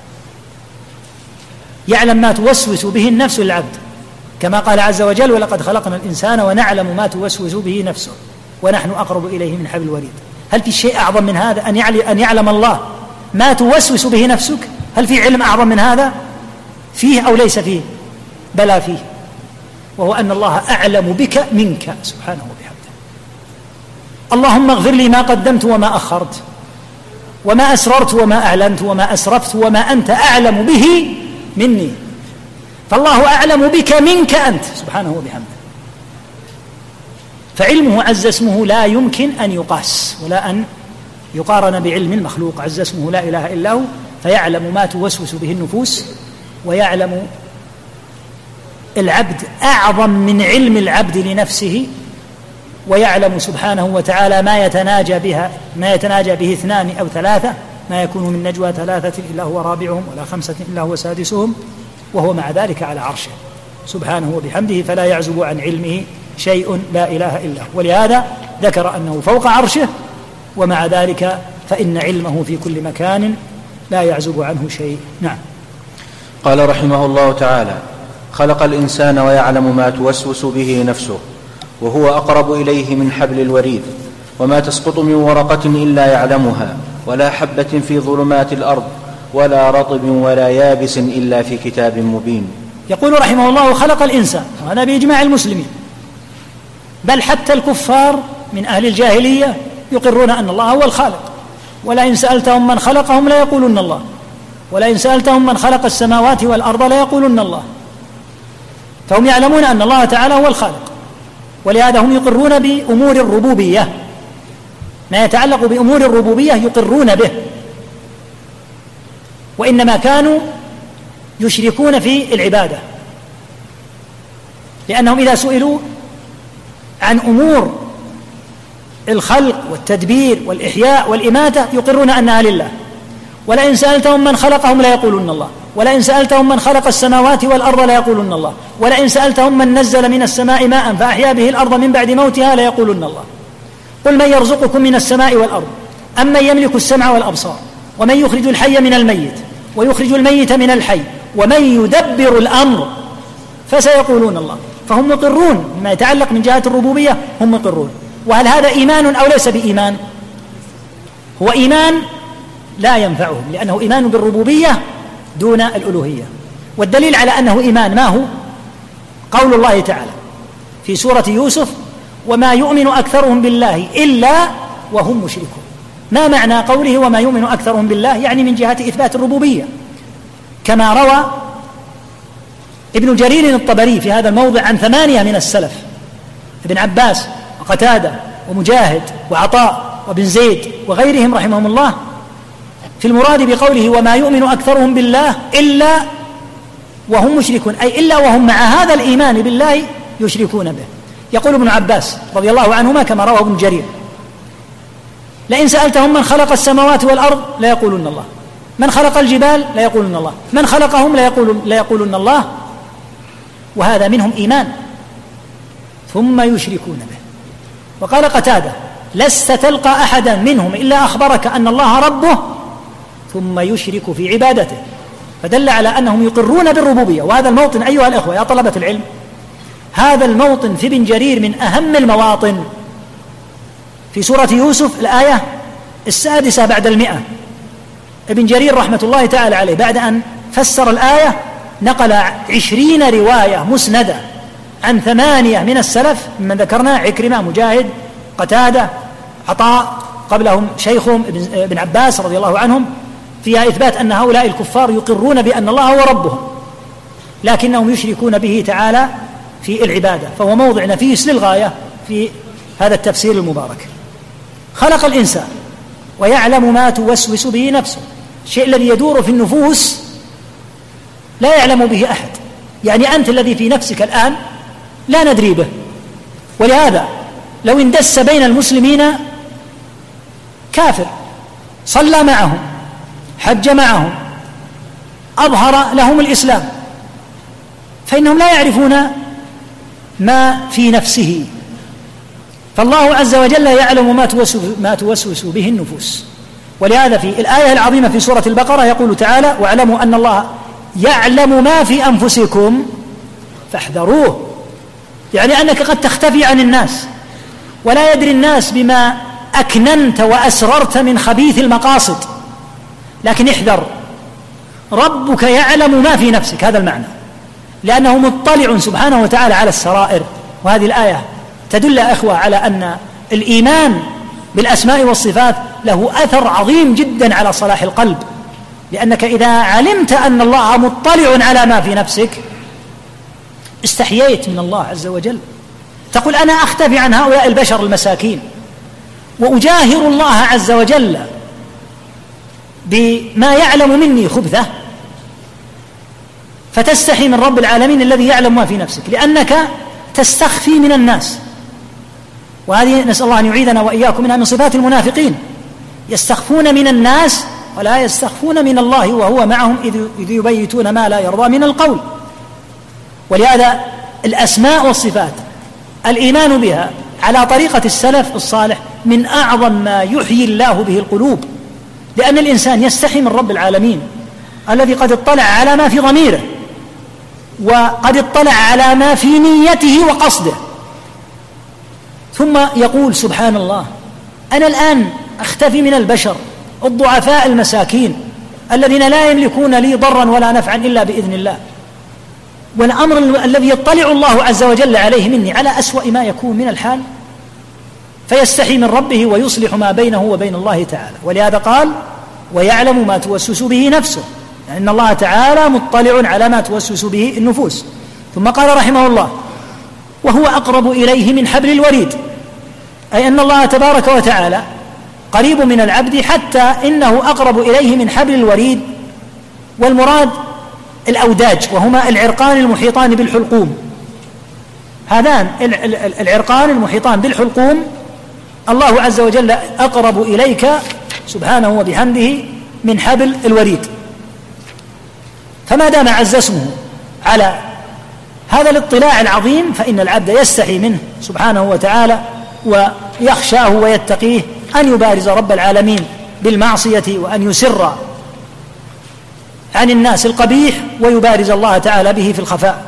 Speaker 2: يعلم ما توسوس به النفس للعبد، كما قال عز وجل: ولقد خلقنا الإنسان ونعلم ما توسوس به نفسه ونحن أقرب إليه من حبل الوريد. هل في شيء أعظم من هذا أن يعلم الله ما توسوس به نفسك؟ هل في علم أعظم من هذا؟ فيه أو ليس فيه؟ بلى فيه، وهو أن الله أعلم بك منك سبحانه وبحمده. اللهم اغفر لي ما قدمت وما أخرت وما أسررت وما أعلنت وما أسرفت وما أنت أعلم به مني. فالله أعلم بك منك أنت سبحانه وبحمده، فعلمه عز اسمه لا يمكن أن يقاس ولا أن يقارن بعلم المخلوق. عز اسمه لا إله إلا هو، فيعلم ما توسوس به النفوس، ويعلم العبد أعظم من علم العبد لنفسه، ويعلم سبحانه وتعالى ما يتناجى به 2 أو 3، ما يكون من نجوى 3 إلا هو رابعهم ولا 5 إلا هو سادسهم، وهو مع ذلك على عرشه سبحانه وبحمده، فلا يعزب عن علمه شيء لا إله إلا هو. ولهذا ذكر أنه فوق عرشه، ومع ذلك فإن علمه في كل مكان لا يعزب عنه شيء. نعم.
Speaker 1: قال رحمه الله تعالى: خلق الإنسان ويعلم ما توسوس به نفسه وهو أقرب إليه من حبل الوريد، وما تسقط من ورقة إلا يعلمها، ولا حبة في ظلمات الأرض ولا رطب ولا يابس إلا في كتاب مبين.
Speaker 2: يقول رحمه الله: خلق الإنسان، وهذا بإجماع المسلمين، بل حتى الكفار من أهل الجاهلية يقرون أن الله هو الخالق، ولئن سألتهم من خلقهم ليقولن الله، ولئن سألتهم من خلق السماوات والأرض ليقولن الله. فهم يعلمون أن الله تعالى هو الخالق، ولهذا هم يقرون بأمور الربوبية، ما يتعلق بأمور الربوبية يقرون به، وإنما كانوا يشركون في العبادة، لأنهم إذا سئلوا عن أمور الخلق والتدبير والإحياء والإماتة يقرون أنها لله. ولئن سألتهم من خلقهم ليقولون الله، ولئن سألتهم من خلق السماوات والأرض ليقولون الله، ولئن سألتهم من نزل من السماء ماء فأحيا به الأرض من بعد موتها ليقولون الله. قل من يرزقكم من السماء والأرض أم من يملك السمع والأبصار ومن يخرج الحي من الميت ويخرج الميت من الحي ومن يدبر الأمر فسيقولون الله. فهم مقرون بما يتعلق من جهة الربوبية، هم مقرون. وهل هذا إيمان أو ليس بإيمان؟ هو إيمان لا ينفعهم، لأنه إيمان بالربوبية دون الألوهية. والدليل على أنه إيمان ما هو؟ قول الله تعالى في سورة يوسف: وما يؤمن أكثرهم بالله إلا وهم مشركون. ما معنى قوله وما يؤمن أكثرهم بالله؟ يعني من جهة إثبات الربوبية، كما روى ابن جرير الطبري في هذا الموضع عن 8 من السلف: ابن عباس وقتادة ومجاهد وعطاء وابن زيد وغيرهم رحمهم الله، في المراد بقوله وما يؤمن أكثرهم بالله إلا وهم مشركون، أي إلا وهم مع هذا الإيمان بالله يشركون به. يقول ابن عباس رضي الله عنهما كما رواه ابن جرير: لئن سألتهم من خلق السماوات والأرض ليقولون الله، من خلق الجبال ليقولون الله، من خلقهم ليقولون الله. وهذا منهم إيمان ثم يشركون به. وقال قتادة: لست تلقى أحدا منهم إلا أخبرك أن الله ربه ثم يشرك في عبادته، فدل على أنهم يقرون بالربوبية. وهذا الموطن أيها الأخوة يا طلبة العلم، هذا الموطن في ابن جرير من أهم المواطن في سورة يوسف، الآية 6 بعد 100. ابن جرير رحمة الله تعالى عليه بعد أن فسر الآية نقل 20 رواية مسندة عن 8 من السلف ممن ذكرنا: عكرمة، مجاهد، قتادة، عطاء، قبلهم شيخهم ابن عباس رضي الله عنهم، فيها إثبات أن هؤلاء الكفار يقرون بأن الله هو ربهم، لكنهم يشركون به تعالى في العبادة. فهو موضع نفيس للغاية في هذا التفسير المبارك. خلق الإنسان ويعلم ما توسوس به نفسه، الشيء الذي يدور في النفوس لا يعلم به أحد، يعني أنت الذي في نفسك الآن لا ندري به. ولهذا لو اندس بين المسلمين كافر صلى معهم، حج معهم، أظهر لهم الإسلام، فإنهم لا يعرفون ما في نفسه، فالله عز وجل يعلم ما توسوس به النفوس. ولهذا في الآية العظيمة في سورة البقرة يقول تعالى: واعلموا أن الله يعلم ما في أنفسكم فاحذروه، يعني أنك قد تختفي عن الناس ولا يدري الناس بما أكننت وأسررت من خبيث المقاصد، لكن احذر، ربك يعلم ما في نفسك، هذا المعنى، لأنه مطلع سبحانه وتعالى على السرائر. وهذه الآية تدل يا إخوة على أن الإيمان بالأسماء والصفات له أثر عظيم جدا على صلاح القلب، لأنك إذا علمت أن الله مطلع على ما في نفسك استحييت من الله عز وجل، تقول: أنا أختفي عن هؤلاء البشر المساكين وأجاهر الله عز وجل بما يعلم مني خبثه، فتستحي من رب العالمين الذي يعلم ما في نفسك، لأنك تستخفي من الناس. وهذه نسأل الله أن يعيذنا وإياكم منها من صفات المنافقين، يستخفون من الناس ولا يستخفون من الله وهو معهم إذ يبيتون ما لا يرضى من القول. ولهذا الأسماء والصفات الإيمان بها على طريقة السلف الصالح من أعظم ما يحيي الله به القلوب، لأن الإنسان يستحي من رب العالمين الذي قد اطلع على ما في ضميره وقد اطلع على ما في نيته وقصده، ثم يقول: سبحان الله، أنا الآن أختفي من البشر الضعفاء المساكين الذين لا يملكون لي ضرا ولا نفعا إلا بإذن الله، والأمر الذي يطلع الله عز وجل عليه مني على أسوأ ما يكون من الحال، فيستحي من ربه ويصلح ما بينه وبين الله تعالى. ولهذا قال: ويعلم ما توسوس به نفسه، يعني أن الله تعالى مطلع على ما توسوس به النفوس. ثم قال رحمه الله: وهو أقرب إليه من حبل الوريد، أي أن الله تبارك وتعالى قريب من العبد حتى إنه أقرب إليه من حبل الوريد. والمراد الأوداج، وهما العرقان المحيطان بالحلقوم، هذان العرقان المحيطان بالحلقوم الله عز وجل أقرب إليك سبحانه وبحمده من حبل الوريد. فما دام عز اسمه على هذا الاطلاع العظيم فإن العبد يستحي منه سبحانه وتعالى ويخشاه ويتقيه أن يبارز رب العالمين بالمعصية، وأن يسر عن الناس القبيح ويبارز الله تعالى به في الخفاء.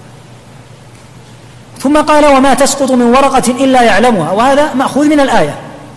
Speaker 2: ثم قال: وما تسقط من ورقة إلا يعلمها، وهذا مأخوذ من الآية،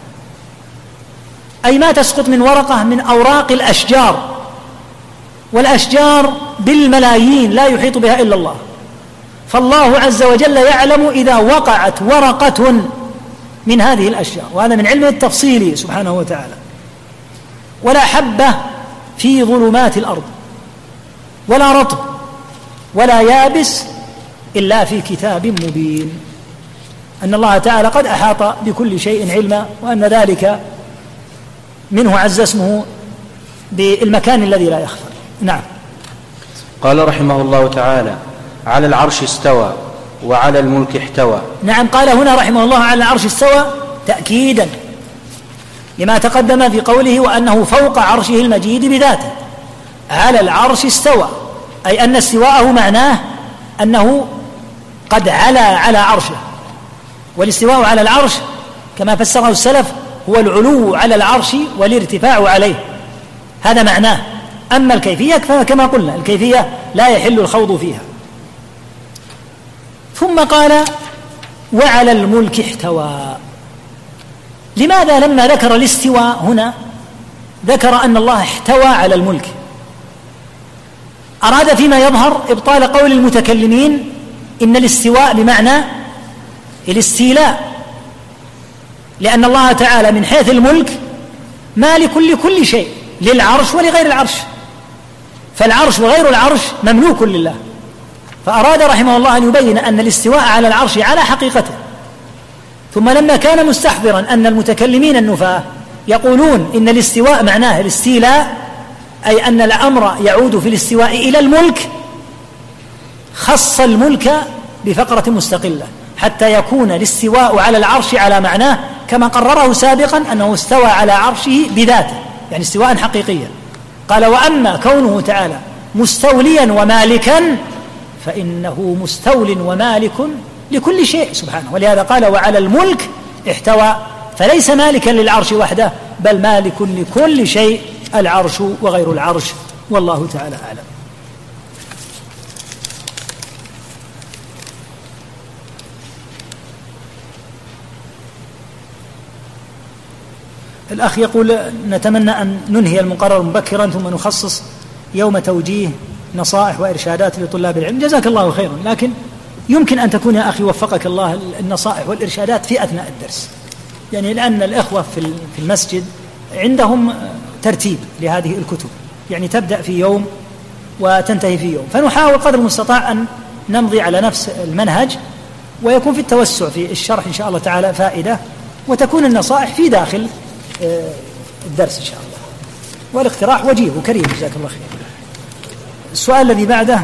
Speaker 2: أي ما تسقط من ورقة من أوراق الأشجار، والأشجار بالملايين لا يحيط بها إلا الله، فالله عز وجل يعلم إذا وقعت ورقة من هذه الأشجار، وهذا من علمه التفصيلي سبحانه وتعالى. ولا حبة في ظلمات الأرض ولا رطب ولا يابس إلا في كتاب مبين، أن الله تعالى قد أحاط بكل شيء علما، وأن ذلك منه عز اسمه بالمكان الذي لا يخفى. نعم.
Speaker 1: قال رحمه الله تعالى: على العرش استوى وعلى الملك احتوى.
Speaker 2: نعم، قال هنا رحمه الله على العرش استوى تأكيدا لما تقدم في قوله وأنه فوق عرشه المجيد بذاته. على العرش استوى، أي أن استواءه معناه أنه قد علا على عرشه، والاستواء على العرش كما فسره السلف هو العلو على العرش والارتفاع عليه، هذا معناه. أما الكيفية فكما قلنا الكيفية لا يحل الخوض فيها. ثم قال وعلى الملك احتوى. لماذا لما ذكر الاستواء هنا ذكر أن الله احتوى على الملك؟ أراد فيما يظهر إبطال قول المتكلمين إن الاستواء بمعنى الاستيلاء، لأن الله تعالى من حيث الملك مالك لكل شيء، للعرش ولغير العرش، فالعرش وغير العرش مملوك لله. فأراد رحمه الله أن يبين أن الاستواء على العرش على حقيقته. ثم لما كان مستحضرا أن المتكلمين النفاة يقولون إن الاستواء معناه الاستيلاء، أي أن الأمر يعود في الاستواء إلى الملك، خص الملك بفقرة مستقلة حتى يكون الاستواء على العرش على معناه كما قرره سابقا أنه استوى على عرشه بذاته، يعني استواء حقيقيا. قال وأما كونه تعالى مستوليا ومالكا فإنه مستول ومالك لكل شيء سبحانه، ولهذا قال وعلى الملك احتوى، فليس مالكا للعرش وحده بل مالك لكل شيء، العرش وغير العرش، والله تعالى أعلم. الأخ يقول نتمنى أن ننهي المقرر مبكرا ثم نخصص يوم توجيه نصائح وإرشادات لطلاب العلم. جزاك الله خيرا، لكن يمكن أن تكون يا أخي وفقك الله النصائح والإرشادات في أثناء الدرس، يعني لأن الإخوة في المسجد عندهم ترتيب لهذه الكتب، يعني تبدأ في يوم وتنتهي في يوم، فنحاول قدر المستطاع أن نمضي على نفس المنهج، ويكون في التوسع في الشرح إن شاء الله تعالى فائدة، وتكون النصائح في داخل الدرس إن شاء الله. والاقتراح وجيه وكريم، جزاك الله خير. السؤال الذي بعده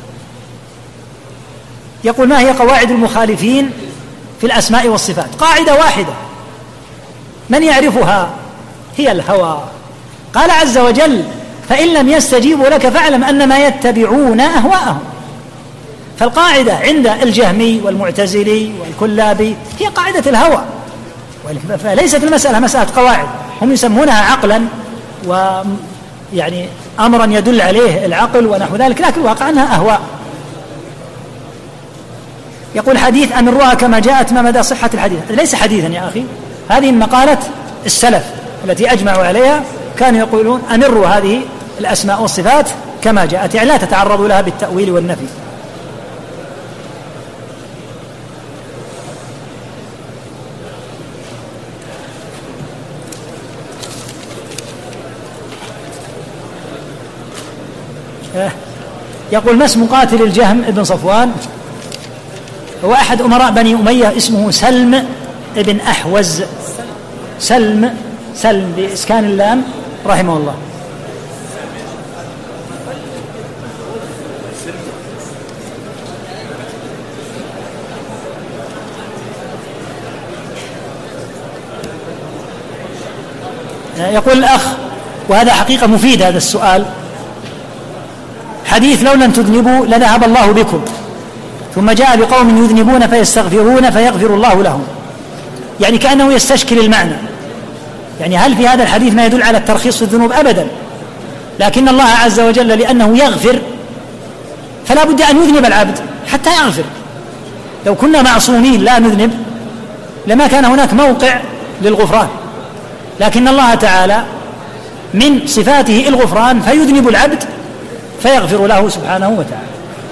Speaker 2: يقول ما هي قواعد المخالفين في الأسماء والصفات؟ قاعدة واحدة من يعرفها هي الهوى. قال عز وجل فإن لم يستجيبوا لك فاعلم أنما يتبعون أهواءهم. فالقاعدة عند الجهمي والمعتزلي والكلابي هي قاعدة الهوى، فليست المسألة مسألة قواعد، هم يسمونها عقلا ويعني أمرا يدل عليه العقل ونحو ذلك، لكن الواقع أنها أهواء. يقول حديث أمروها كما جاءت ما مدى صحة الحديث؟ ليس حديثا يا أخي، هذه مقالة السلف التي أجمعوا عليها، كانوا يقولون أمروا هذه الأسماء والصفات كما جاءت، يعني لا تتعرضوا لها بالتأويل والنفي. يقول ما اسم قاتل الجهم ابن صفوان؟ هو أحد أمراء بني أمية، اسمه سلم ابن أحوز، سلم بإسكان اللام رحمه الله. يقول الأخ وهذا حقيقة مفيد هذا السؤال، حديث لو لم تذنبوا لذهب الله بكم ثم جاء بقوم يذنبون فيستغفرون فيغفر الله لهم، يعني كأنه يستشكل المعنى، يعني هل في هذا الحديث ما يدل على الترخيص في الذنوب؟ أبدا، لكن الله عز وجل لأنه يغفر فلا بد أن يذنب العبد حتى يغفر. لو كنا معصومين لا نذنب لما كان هناك موقع للغفران، لكن الله تعالى من صفاته الغفران فيذنب العبد فيغفر له سبحانه وتعالى.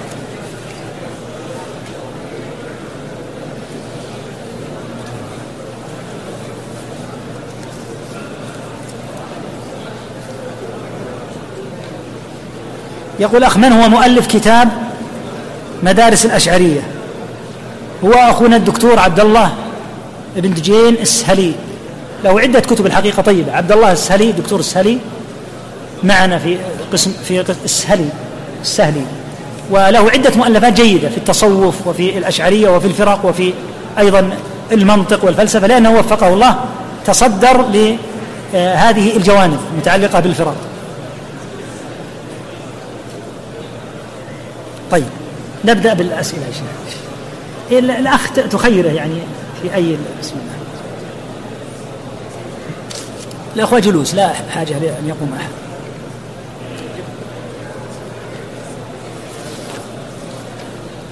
Speaker 2: يقول أخ من هو مؤلف كتاب مدارس الأشعرية؟ هو أخونا الدكتور عبد الله بن دجين السهلي، له عدة كتب الحقيقة طيبة. عبد الله السهلي، دكتور السهلي معنا في قسم السهلي، وله عدة مؤلفات جيدة في التصوف وفي الأشعرية وفي الفرق وفي أيضا المنطق والفلسفة، لأنه وفقه الله تصدر لهذه الجوانب المتعلقة بالفرق. طيب نبدأ بالأسئلة يا شيخ. الأخ تخيره يعني في أي بسم الله. الأخوة جلوس لا حاجة لأن يقوم أحد.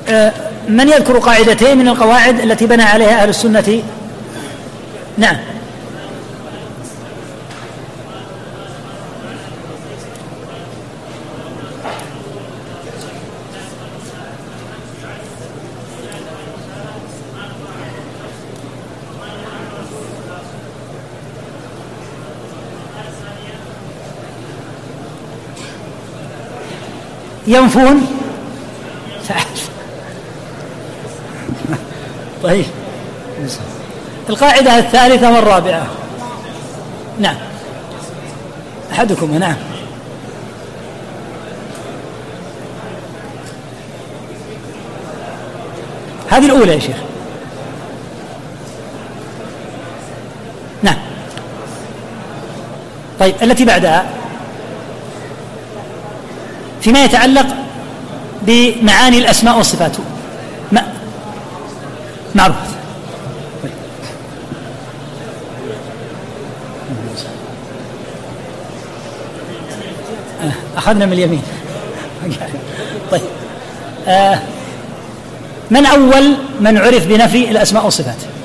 Speaker 2: من يذكر قاعدتين من القواعد التي بنى عليها أهل السنة؟ نعم. ينفون. طيب، القاعدة الثالثة والرابعة. نعم، أحدكم. نعم. هذه الأولى يا شيخ. نعم. طيب، التي بعدها فيما يتعلق بمعاني الأسماء والصفات معروف. أخذنا من اليمين. طيب، من أول من عرف بنفي الأسماء والصفات؟